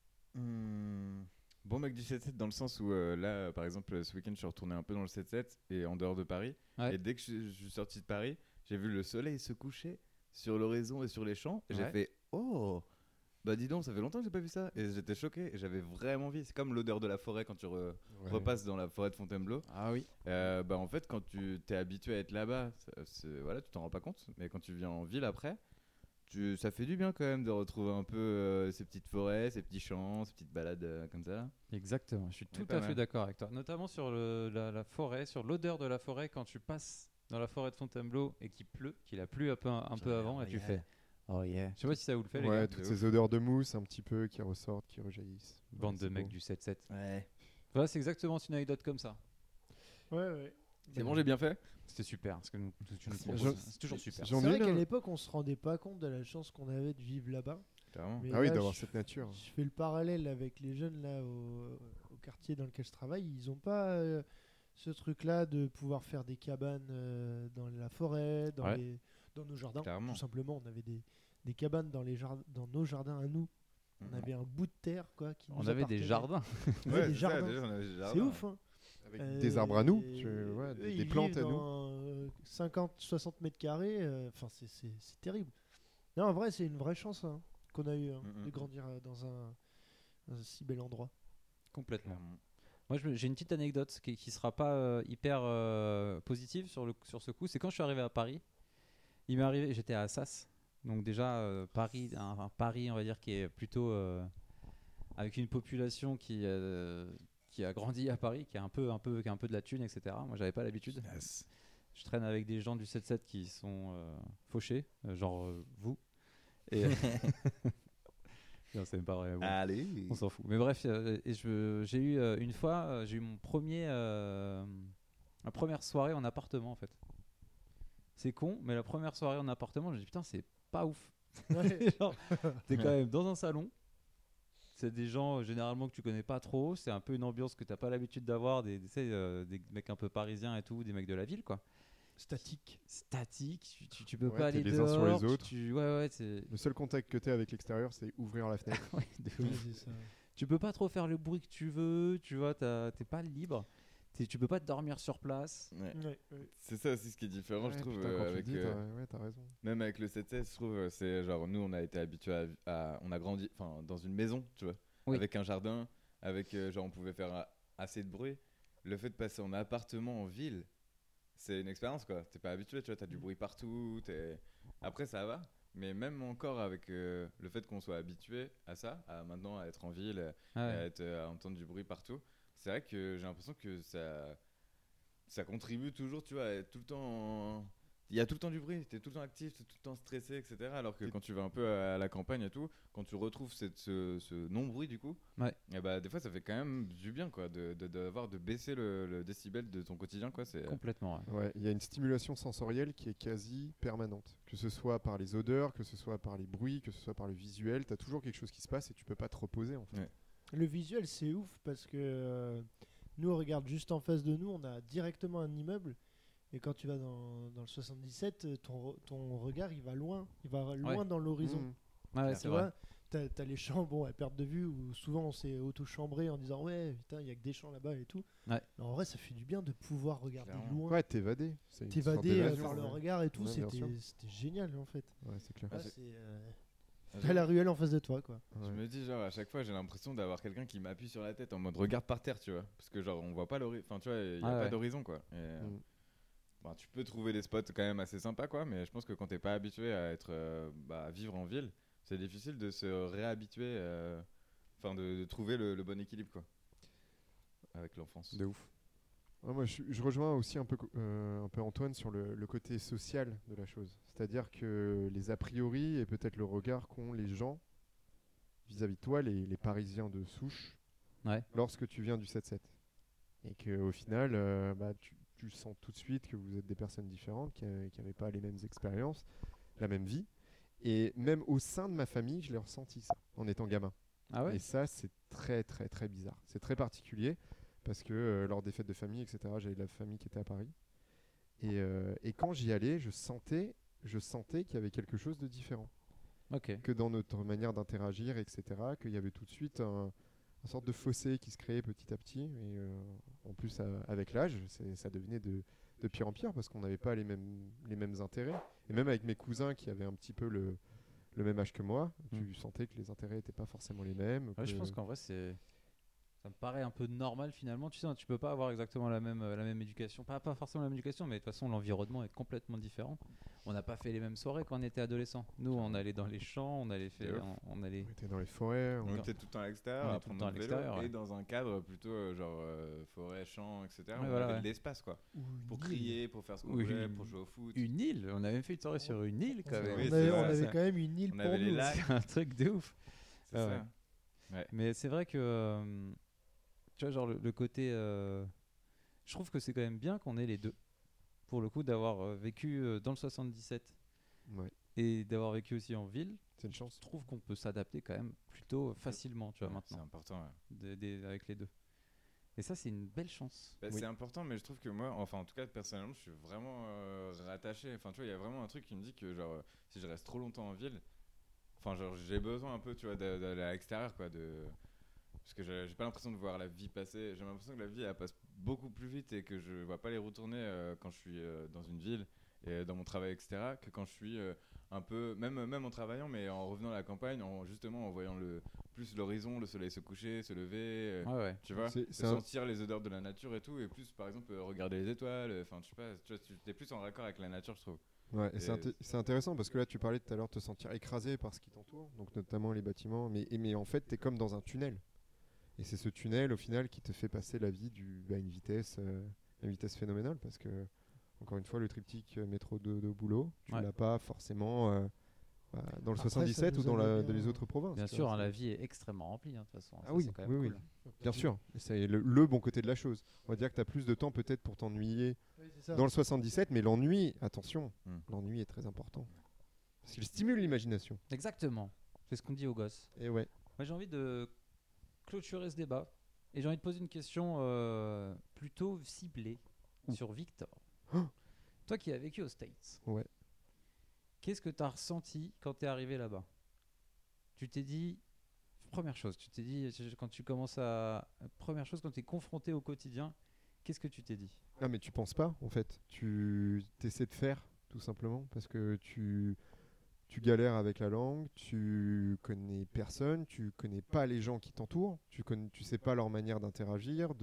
Speaker 3: Bon mec du 7-7 dans le sens où là par exemple ce week-end je suis retourné un peu dans le 7-7 et en dehors de Paris
Speaker 2: Ouais.
Speaker 3: et dès que je suis sorti de Paris j'ai vu le soleil se coucher sur l'horizon et sur les champs et j'ai
Speaker 2: Ouais.
Speaker 3: fait oh bah dis donc ça fait longtemps que j'ai pas vu ça et j'étais choqué et j'avais vraiment envie. C'est comme l'odeur de la forêt quand tu repasses dans la forêt de Fontainebleau.
Speaker 2: Ah oui.
Speaker 3: Bah en fait quand tu t'es habitué à être là-bas voilà tu t'en rends pas compte mais quand tu viens en ville après ça fait du bien quand même de retrouver un peu ces petites forêts, ces petits champs, ces petites balades comme ça.
Speaker 2: Exactement, je suis
Speaker 3: C'est
Speaker 2: tout
Speaker 3: pas
Speaker 2: à fait
Speaker 3: mal.
Speaker 2: d'accord avec toi. Notamment sur la forêt, sur l'odeur de la forêt quand tu passes dans la forêt de Fontainebleau et qu'il pleut, qu'il a plu un peu avant et tu fais oh yeah. Je sais pas si ça vous le fait les
Speaker 4: Ouais,
Speaker 2: gars.
Speaker 4: toutes ces odeurs de mousse un petit peu qui ressortent, qui rejaillissent.
Speaker 2: Bande de
Speaker 4: c'est
Speaker 2: mecs
Speaker 4: beau.
Speaker 2: du 7-7.
Speaker 3: Ouais.
Speaker 2: Voilà, c'est exactement une anecdote comme ça.
Speaker 1: Ouais.
Speaker 3: C'est bon, j'ai bien fait.
Speaker 2: C'était super ce que tu nous
Speaker 4: Je-
Speaker 2: proposes. C'est toujours super.
Speaker 4: J'en
Speaker 1: C'est
Speaker 4: ai
Speaker 1: vrai
Speaker 4: une,
Speaker 1: qu'à
Speaker 4: hein.
Speaker 1: l'époque, on se rendait pas compte de la chance qu'on avait de vivre là-bas.
Speaker 3: Clairement.
Speaker 1: Mais
Speaker 4: Ah oui,
Speaker 1: là,
Speaker 4: d'avoir
Speaker 1: je-
Speaker 4: cette nature.
Speaker 1: Je fais le parallèle avec les jeunes là au quartier dans lequel je travaille. Ils ont pas ce truc-là de pouvoir faire des cabanes dans la forêt,
Speaker 2: Ouais.
Speaker 1: dans nos jardins.
Speaker 3: Clairement.
Speaker 1: Tout simplement, on avait des cabanes dans nos jardins à nous. On avait un bout de terre quoi. Qui
Speaker 2: On
Speaker 1: nous
Speaker 2: avait des
Speaker 1: appartenait.
Speaker 2: jardins.
Speaker 1: On avait des
Speaker 3: c'est ça,
Speaker 1: jardins.
Speaker 3: déjà, on avait des
Speaker 1: C'est
Speaker 3: jardins.
Speaker 1: ouf. Hein.
Speaker 4: Avec des arbres à nous, ouais,
Speaker 1: Eux,
Speaker 4: des
Speaker 1: ils
Speaker 4: plantes
Speaker 1: vivent
Speaker 4: à nous.
Speaker 1: dans 50-60 mètres carrés. Enfin, c'est terrible. Non, en vrai, c'est une vraie chance hein, qu'on a eu de grandir dans un si bel endroit.
Speaker 2: Complètement.
Speaker 3: Clairement.
Speaker 2: Moi, j'ai une petite anecdote qui sera pas hyper positive sur ce coup. C'est quand je suis arrivé à Paris. Il m'est arrivé, j'étais à Assas. Donc déjà, Paris, un Paris, on va dire, qui est plutôt avec une population qui a grandi à Paris, qui a un peu de la thune, etc. Moi, j'avais pas l'habitude.
Speaker 3: Yes.
Speaker 2: Je traîne avec des gens du 7-7 qui sont fauchés, genre vous. Et non, c'est même pas vrai. Bon.
Speaker 3: Allez.
Speaker 2: On s'en fout. Mais bref, j'ai eu une fois, j'ai eu ma première soirée en appartement en fait. C'est con, mais la première soirée en appartement, je me dis putain, c'est pas ouf.
Speaker 1: Ouais.
Speaker 2: Genre, t'es quand même dans un salon. C'est des gens généralement que tu connais pas trop. C'est un peu une ambiance que t'as pas l'habitude d'avoir, tu sais, des mecs un peu parisiens et tout, des mecs de la ville quoi.
Speaker 1: Statique.
Speaker 2: Statique, tu peux
Speaker 4: Ouais,
Speaker 2: pas
Speaker 4: t'es
Speaker 2: aller
Speaker 4: les uns sur les
Speaker 2: dehors.
Speaker 4: autres.
Speaker 2: Ouais, c'est.
Speaker 4: Le seul contact que tu as avec l'extérieur, c'est ouvrir la fenêtre.
Speaker 2: Ouais, de
Speaker 1: Ouais,
Speaker 2: ouf.
Speaker 1: c'est ça.
Speaker 2: Tu peux pas trop faire le bruit que tu veux, tu vois, t'es pas libre. Tu peux pas dormir sur place.
Speaker 3: Ouais.
Speaker 1: Ouais.
Speaker 3: C'est ça aussi ce qui est différent, je
Speaker 4: Ouais,
Speaker 3: trouve,
Speaker 4: putain, quand tu le
Speaker 3: avec,
Speaker 4: dis, t'as raison.
Speaker 3: même avec le 7-7, je trouve, c'est genre nous on a été habitués on a grandi dans une maison, tu vois,
Speaker 2: Oui.
Speaker 3: avec un jardin, avec genre on pouvait faire assez de bruit. Le fait de passer en appartement en ville, c'est une expérience quoi. T'es pas habitué, tu vois, t'as du bruit partout. Après ça va, mais même encore avec le fait qu'on soit habitué à ça, à maintenant à être en ville,
Speaker 2: Ah ouais.
Speaker 3: à entendre du bruit partout, c'est vrai que j'ai l'impression que ça contribue toujours, tu vois, à être tout le temps. Il y a tout le temps du bruit, t'es tout le temps actif, t'es tout le temps stressé, etc. Alors que quand tu vas un peu à la campagne et tout, quand tu retrouves ce non-bruit du coup,
Speaker 2: Ouais.
Speaker 3: et bah, des fois ça fait quand même du bien quoi, de baisser le décibel de ton quotidien quoi.
Speaker 2: Complètement. Ouais.
Speaker 4: Ouais, il y a une stimulation sensorielle qui est quasi permanente. Que ce soit par les odeurs, que ce soit par les bruits, que ce soit par le visuel, t'as toujours quelque chose qui se passe et tu peux pas te reposer en fait.
Speaker 3: Ouais.
Speaker 1: Le visuel, c'est ouf parce que nous, on regarde juste en face de nous, on a directement un immeuble. Et quand tu vas dans le 77, ton regard, il va loin. Il va loin
Speaker 2: Ouais.
Speaker 1: dans l'horizon.
Speaker 2: Ouais,
Speaker 1: Tu
Speaker 2: c'est vrai.
Speaker 1: vois, t'as les champs à perte de vue où souvent on s'est auto-chambré en disant ouais, putain, il y a que des champs là-bas et tout.
Speaker 2: Ouais.
Speaker 1: Mais en vrai, ça fait du bien de pouvoir regarder
Speaker 3: Clairement.
Speaker 1: loin.
Speaker 4: Ouais, t'évader. C'est une sorte
Speaker 1: T'évader
Speaker 4: d'évasion,
Speaker 1: par le
Speaker 4: ouais.
Speaker 1: regard et tout,
Speaker 4: Ouais, bien sûr.
Speaker 1: c'était génial en fait.
Speaker 4: Ouais, c'est clair.
Speaker 1: Là,
Speaker 3: c'est-
Speaker 1: c'est,
Speaker 3: Ah,
Speaker 1: t'as la ruelle en face de toi quoi.
Speaker 3: Je
Speaker 4: Ouais.
Speaker 3: me dis genre à chaque fois j'ai l'impression d'avoir quelqu'un qui m'appuie sur la tête en mode regarde par terre, tu vois, parce que genre on voit pas l'horizon, enfin tu vois, il y a
Speaker 2: Ah
Speaker 3: pas
Speaker 2: ouais.
Speaker 3: d'horizon quoi. Bah, tu peux trouver des spots quand même assez sympas quoi, mais je pense que quand t'es pas habitué à être à vivre en ville, c'est difficile de se réhabituer, enfin de trouver le bon équilibre quoi avec l'enfance.
Speaker 2: De ouf.
Speaker 4: Ouais, moi, je rejoins aussi un peu Antoine sur le côté social de la chose. C'est-à-dire que les a priori et peut-être le regard qu'ont les gens vis-à-vis de toi, les Parisiens de souche,
Speaker 2: Ouais.
Speaker 4: lorsque tu viens du 7-7. Et qu'au final, tu sens tout de suite que vous êtes des personnes différentes, qui n'avaient pas les mêmes expériences, la même vie. Et même au sein de ma famille, je l'ai ressenti ça, en étant gamin.
Speaker 2: Ah ouais.
Speaker 4: Et ça, c'est très, très, très bizarre. C'est très particulier, parce que lors des fêtes de famille, etc., j'avais de la famille qui était à Paris. Et quand j'y allais, je sentais qu'il y avait quelque chose de différent.
Speaker 2: Ok.
Speaker 4: Que dans notre manière d'interagir, etc., qu'il y avait tout de suite une sorte de fossé qui se créait petit à petit. Et en plus, avec l'âge, ça devenait de pire en pire parce qu'on n'avait pas les mêmes intérêts. Et même avec mes cousins qui avaient un petit peu le même âge que moi, tu sentais que les intérêts n'étaient pas forcément les mêmes.
Speaker 2: Ouais, je pense qu'en vrai, ça me paraît un peu normal finalement. Tu sais, tu peux pas avoir exactement la même éducation. Pas forcément la même éducation, mais de toute façon, l'environnement est complètement différent. On n'a pas fait les mêmes soirées quand on était adolescent. Nous, on allait dans les champs, on allait.
Speaker 4: On était dans les forêts.
Speaker 3: On était tout le temps à l'extérieur,
Speaker 2: On est
Speaker 3: à
Speaker 2: tout le
Speaker 3: prendre
Speaker 2: temps à
Speaker 3: notre vélo,
Speaker 2: l'extérieur, ouais.
Speaker 3: et dans un cadre plutôt forêt, champ, etc.
Speaker 2: Ouais,
Speaker 3: on
Speaker 2: voilà,
Speaker 3: avait
Speaker 2: ouais.
Speaker 3: de l'espace quoi.
Speaker 1: Ou une
Speaker 3: Pour
Speaker 1: île.
Speaker 3: crier, pour faire ce qu'on
Speaker 2: Oui,
Speaker 3: voulait, pour jouer au foot.
Speaker 2: Une île. On avait fait une soirée sur une île quand
Speaker 1: On
Speaker 2: même.
Speaker 3: Oui,
Speaker 1: avait,
Speaker 3: c'est
Speaker 1: on
Speaker 3: vrai,
Speaker 1: avait
Speaker 2: ça.
Speaker 1: quand même une île
Speaker 3: On
Speaker 1: pour
Speaker 3: avait les
Speaker 1: nous.
Speaker 3: lacs.
Speaker 2: C'est un truc de ouf.
Speaker 3: C'est
Speaker 2: Ah
Speaker 3: ça.
Speaker 2: ouais. Mais c'est vrai que tu vois, genre le côté. Je trouve que c'est quand même bien qu'on ait les deux. Pour le coup, d'avoir vécu dans le 77
Speaker 4: Ouais,
Speaker 2: et d'avoir vécu aussi en ville,
Speaker 4: c'est une chance.
Speaker 2: je trouve qu'on peut s'adapter quand même plutôt facilement, tu vois,
Speaker 3: Ouais, c'est
Speaker 2: maintenant,
Speaker 3: important. Ouais.
Speaker 2: avec les deux. Et ça, c'est une belle chance.
Speaker 3: Bah,
Speaker 4: Oui.
Speaker 3: C'est important, mais je trouve que moi, enfin en tout cas personnellement, je suis vraiment rattaché. Enfin tu vois, il y a vraiment un truc qui me dit que genre si je reste trop longtemps en ville, enfin genre j'ai besoin un peu, tu vois, d'aller à l'extérieur quoi, parce que j'ai pas l'impression de voir la vie passer. J'ai l'impression que la vie elle passe beaucoup plus vite et que je vois pas les retourner quand je suis dans une ville et dans mon travail etc. que quand je suis un peu même en travaillant, mais en revenant à la campagne, justement en voyant plus l'horizon, le soleil se coucher, se lever.
Speaker 2: Ouais, ouais.
Speaker 3: Tu vois,
Speaker 4: C'est
Speaker 3: de
Speaker 4: un-
Speaker 3: sentir les odeurs de la nature et tout, et plus par exemple regarder les étoiles, enfin je sais pas, tu vois, tu es plus en raccord avec la nature je trouve.
Speaker 4: Ouais, et
Speaker 3: Et
Speaker 4: c'est intéressant parce que là, tu parlais tout à l'heure de te sentir écrasé par ce qui t'entoure, donc notamment les bâtiments, mais en fait, tu es comme dans un tunnel. Et c'est ce tunnel, au final, qui te fait passer la vie à une vitesse phénoménale parce que, encore une fois, le triptyque métro de boulot, tu
Speaker 2: Ouais.
Speaker 4: l'as pas forcément dans le
Speaker 1: Après,
Speaker 4: 77
Speaker 1: ça
Speaker 4: ou
Speaker 1: nous avait
Speaker 4: dans les
Speaker 1: bien-
Speaker 4: autres provinces.
Speaker 2: Bien
Speaker 4: tu
Speaker 2: sûr,
Speaker 4: vois,
Speaker 2: hein, la
Speaker 4: c'est-
Speaker 2: vie est extrêmement remplie, hein, de toute façon.
Speaker 4: Ah
Speaker 2: Ça,
Speaker 4: oui,
Speaker 2: c'est quand même
Speaker 4: oui,
Speaker 2: cool.
Speaker 4: bien sûr. Et c'est le bon côté de la chose. On va dire que tu as plus de temps peut-être pour t'ennuyer
Speaker 1: Oui, c'est ça.
Speaker 4: dans le 77, mais l'ennui, attention,
Speaker 3: Hmm.
Speaker 4: l'ennui est très important. Parce qu'il stimule l'imagination.
Speaker 2: Exactement. C'est ce qu'on dit aux gosses.
Speaker 4: Et ouais.
Speaker 2: Moi, j'ai envie de clôturer ce débat et j'ai envie de poser une question plutôt ciblée sur Victor.
Speaker 4: Oh.
Speaker 2: Toi qui as vécu aux States,
Speaker 4: Ouais.
Speaker 2: qu'est-ce que tu as ressenti quand tu es arrivé là-bas? Tu t'es dit, première chose, tu t'es dit, quand tu commences à. Première chose, quand tu es confronté au quotidien, qu'est-ce que tu t'es dit?
Speaker 4: Ah mais tu penses pas en fait, tu essaies de faire tout simplement parce que tu galères avec la langue, tu connais personne, tu connais pas les gens qui t'entourent, tu sais pas leur manière d'interagir,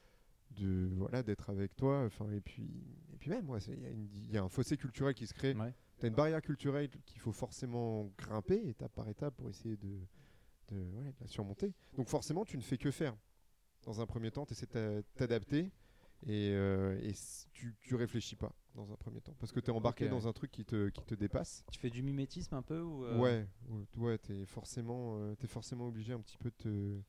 Speaker 4: voilà d'être avec toi, enfin et puis même ouais, il y a un fossé culturel qui se crée.
Speaker 2: Ouais.
Speaker 4: Tu as une barrière culturelle qu'il faut forcément grimper étape par étape pour essayer de la surmonter. Donc forcément, tu ne fais que faire. Dans un premier temps, tu essaies de t'adapter et tu réfléchis pas dans un premier temps. Parce que tu es embarqué
Speaker 2: Ok, ouais.
Speaker 4: dans un truc qui te dépasse.
Speaker 2: Tu fais du mimétisme un peu ou
Speaker 4: Ouais, tu es forcément obligé un petit peu de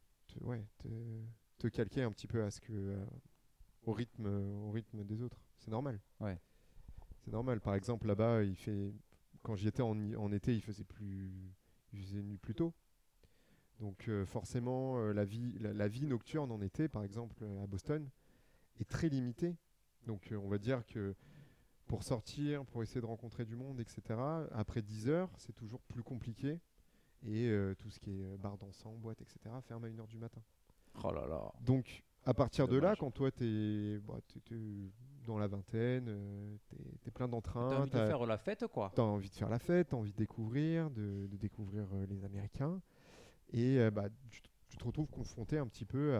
Speaker 4: te calquer un petit peu au rythme des autres. C'est normal.
Speaker 2: Ouais.
Speaker 4: C'est normal. Par exemple, là-bas, quand j'y étais en été, il faisait nuit plus tôt. Donc forcément, la vie nocturne en été, par exemple à Boston, est très limitée. Donc on va dire que pour sortir, pour essayer de rencontrer du monde, etc., après 10 heures, c'est toujours plus compliqué. Et tout ce qui est bar dansant, boîte, etc., ferme à 1h du matin.
Speaker 2: Oh là là.
Speaker 4: Donc à partir de là,
Speaker 3: Dommage.
Speaker 4: quand toi, t'es dans la vingtaine, t'es plein
Speaker 2: T'as
Speaker 4: d'entrain,
Speaker 2: envie de faire la fête quoi?
Speaker 4: t'as envie de faire la fête, t'as envie de découvrir, de découvrir les Américains. Et tu te retrouves confronté un petit peu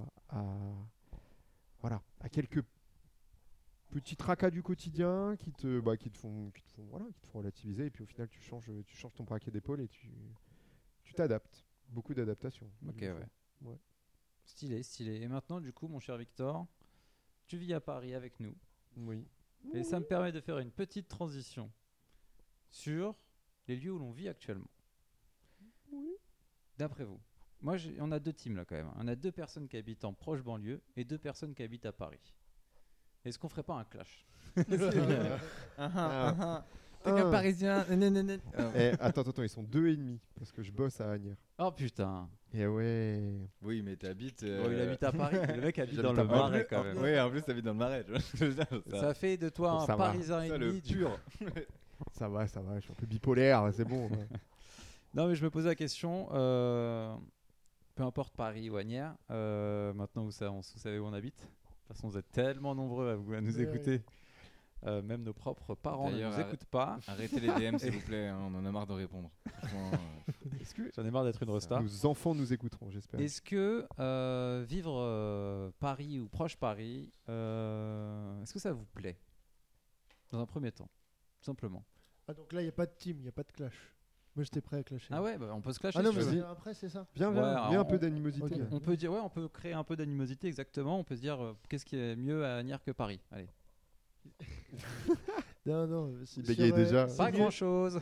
Speaker 4: à quelques petits tracas du quotidien qui te font relativiser. Et puis au final, tu changes ton braquet d'épaule et tu t'adaptes. Beaucoup d'adaptation.
Speaker 2: Ok,
Speaker 4: Il faut.
Speaker 2: ouais.
Speaker 4: Ouais.
Speaker 2: Stylé, stylé. Et maintenant, du coup, mon cher Victor, tu vis à Paris avec nous.
Speaker 4: Oui.
Speaker 2: Et ça me permet de faire une petite transition sur les lieux où l'on vit actuellement. D'après vous, on a deux teams là quand même. On a deux personnes qui habitent en proche banlieue et deux personnes qui habitent à Paris. Est-ce qu'on ferait pas un clash?
Speaker 4: Ah.
Speaker 2: T'es qu'un Parisien.
Speaker 4: Attends, ils sont 2,5 parce que je bosse à Agnières.
Speaker 2: Oh putain.
Speaker 4: Et ouais.
Speaker 3: Oui, mais t'habites.
Speaker 2: Bon, il habite à Paris. Le mec habite
Speaker 4: J'habite
Speaker 2: dans
Speaker 4: à
Speaker 2: le
Speaker 4: Paris.
Speaker 2: Marais quand même.
Speaker 3: Oui, en plus, t'habites dans le marais. Tu vois ce que je veux dire,
Speaker 2: Ça fait de toi
Speaker 4: Bon,
Speaker 2: un
Speaker 4: ça va.
Speaker 2: Parisien et
Speaker 3: ça, le
Speaker 2: demi.
Speaker 3: pur.
Speaker 4: Ça va, je suis un peu bipolaire, c'est bon. Ouais.
Speaker 2: Non, mais je me posais la question. Peu importe Paris ou Agnières, maintenant vous savez où on habite. De toute façon, vous êtes tellement nombreux à nous
Speaker 1: Ouais,
Speaker 2: écouter. Même nos propres parents ne
Speaker 3: D'ailleurs,
Speaker 2: nous écoutent pas.
Speaker 3: Arrêtez les DM, s'il vous plaît. Hein, on en a marre de répondre. Franchement,
Speaker 4: Est-ce que
Speaker 2: J'en ai marre d'être une resta.
Speaker 4: nos enfants nous écouteront, j'espère.
Speaker 2: Est-ce que vivre Paris ou proche Paris, est-ce que ça vous plaît? Dans un premier temps, tout simplement.
Speaker 1: Ah, donc là, il n'y a pas de team, il n'y a pas de clash. Moi, j'étais prêt à clasher.
Speaker 2: Ah ouais, bah, on peut se clasher.
Speaker 1: Ah non,
Speaker 2: si
Speaker 1: mais
Speaker 2: tu veux.
Speaker 1: c'est après, c'est ça.
Speaker 4: Viens,
Speaker 2: Ouais,
Speaker 4: viens,
Speaker 2: alors,
Speaker 4: viens un
Speaker 2: on-
Speaker 4: peu d'animosité.
Speaker 1: ok.
Speaker 4: là.
Speaker 2: On peut dire, ouais, on peut créer un peu d'animosité, exactement. On peut se dire, qu'est-ce qui est mieux à Agnières que Paris? Allez.
Speaker 1: Non, c'est
Speaker 4: Il bégaye déjà.
Speaker 1: c'est
Speaker 2: Pas
Speaker 1: mieux-
Speaker 2: grand chose.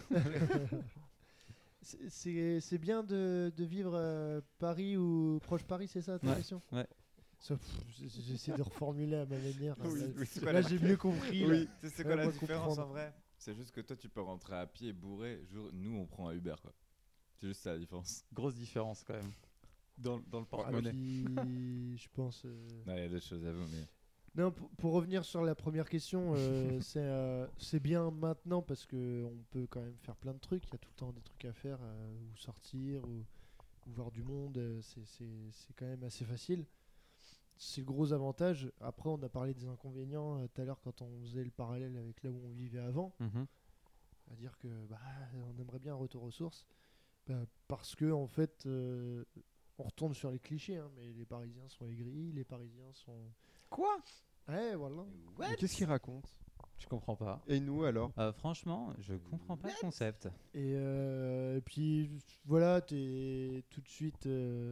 Speaker 1: C'est bien de vivre Paris ou proche Paris, c'est ça ta
Speaker 2: Ouais,
Speaker 1: question?
Speaker 2: ouais.
Speaker 1: J'essaie de reformuler à ma manière.
Speaker 3: c'est
Speaker 1: Là, j'ai mieux compris. là.
Speaker 3: Tu sais, c'est quoi la
Speaker 1: Moi,
Speaker 3: différence
Speaker 1: comprendre.
Speaker 3: en vrai? C'est juste que toi, tu peux rentrer à pied bourré. Nous, on prend un Uber, quoi. C'est juste ça la différence.
Speaker 2: Grosse différence quand même. Dans le
Speaker 1: Ah,
Speaker 2: porte-monnaie.
Speaker 1: puis, je pense.
Speaker 3: Il y a d'autres choses à vous, mais.
Speaker 1: Non, pour revenir sur la première question, c'est bien maintenant parce que on peut quand même faire plein de trucs. Il y a tout le temps des trucs à faire, ou sortir, ou voir du monde. C'est quand même assez facile. C'est le gros avantage. Après, on a parlé des inconvénients tout à l'heure quand on faisait le parallèle avec là où on vivait avant.
Speaker 2: Mhm.
Speaker 1: À dire que on aimerait bien un retour aux sources. Parce que en fait, on retourne sur les clichés, hein, mais les Parisiens sont aigris, les Parisiens sont.
Speaker 2: Quoi?
Speaker 1: Ouais, voilà.
Speaker 4: Mais qu'est-ce qu'il raconte?
Speaker 2: Je comprends pas.
Speaker 4: Et nous alors?
Speaker 2: Franchement, je comprends pas le concept.
Speaker 1: Et puis voilà, t'es tout de suite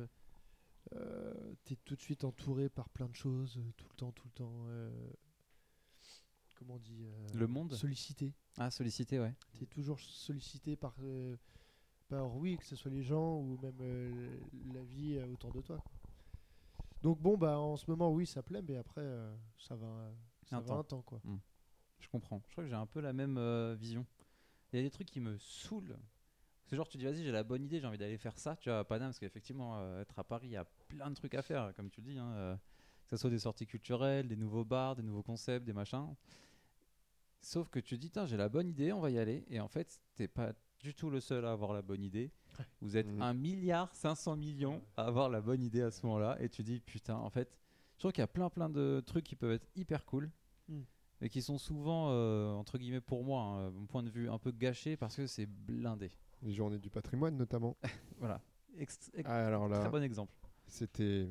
Speaker 1: entouré par plein de choses, tout le temps. Comment on dit
Speaker 2: Le monde?
Speaker 1: Sollicité.
Speaker 2: Ah, sollicité, ouais.
Speaker 1: T'es toujours sollicité par oui, que ce soit les gens ou même la vie autour de toi, quoi. Donc bon, en ce moment, oui, ça plaît, mais après, ça va un temps, quoi.
Speaker 2: Je comprends. Je crois que j'ai un peu la même vision. Il y a des trucs qui me saoulent. C'est genre, tu dis, vas-y, j'ai la bonne idée, j'ai envie d'aller faire ça, tu vois, à Paname, parce qu'effectivement, être à Paris, il y a plein de trucs à faire, comme tu le dis, hein, que ce soit des sorties culturelles, des nouveaux bars, des nouveaux concepts, des machins. Sauf que tu te dis, tiens, j'ai la bonne idée, on va y aller. Et en fait, t'es pas du tout le seul à avoir la bonne idée. Vous êtes 1,5 milliard à avoir la bonne idée à ce moment-là. Et tu dis, putain, en fait, je trouve qu'il y a plein de trucs qui peuvent être hyper cool. Mais qui sont souvent, entre guillemets, pour moi, hein, mon point de vue, un peu gâchés parce que c'est blindé.
Speaker 4: Les journées du patrimoine notamment.
Speaker 2: Voilà.
Speaker 4: Alors là,
Speaker 2: Très bon exemple.
Speaker 4: c'est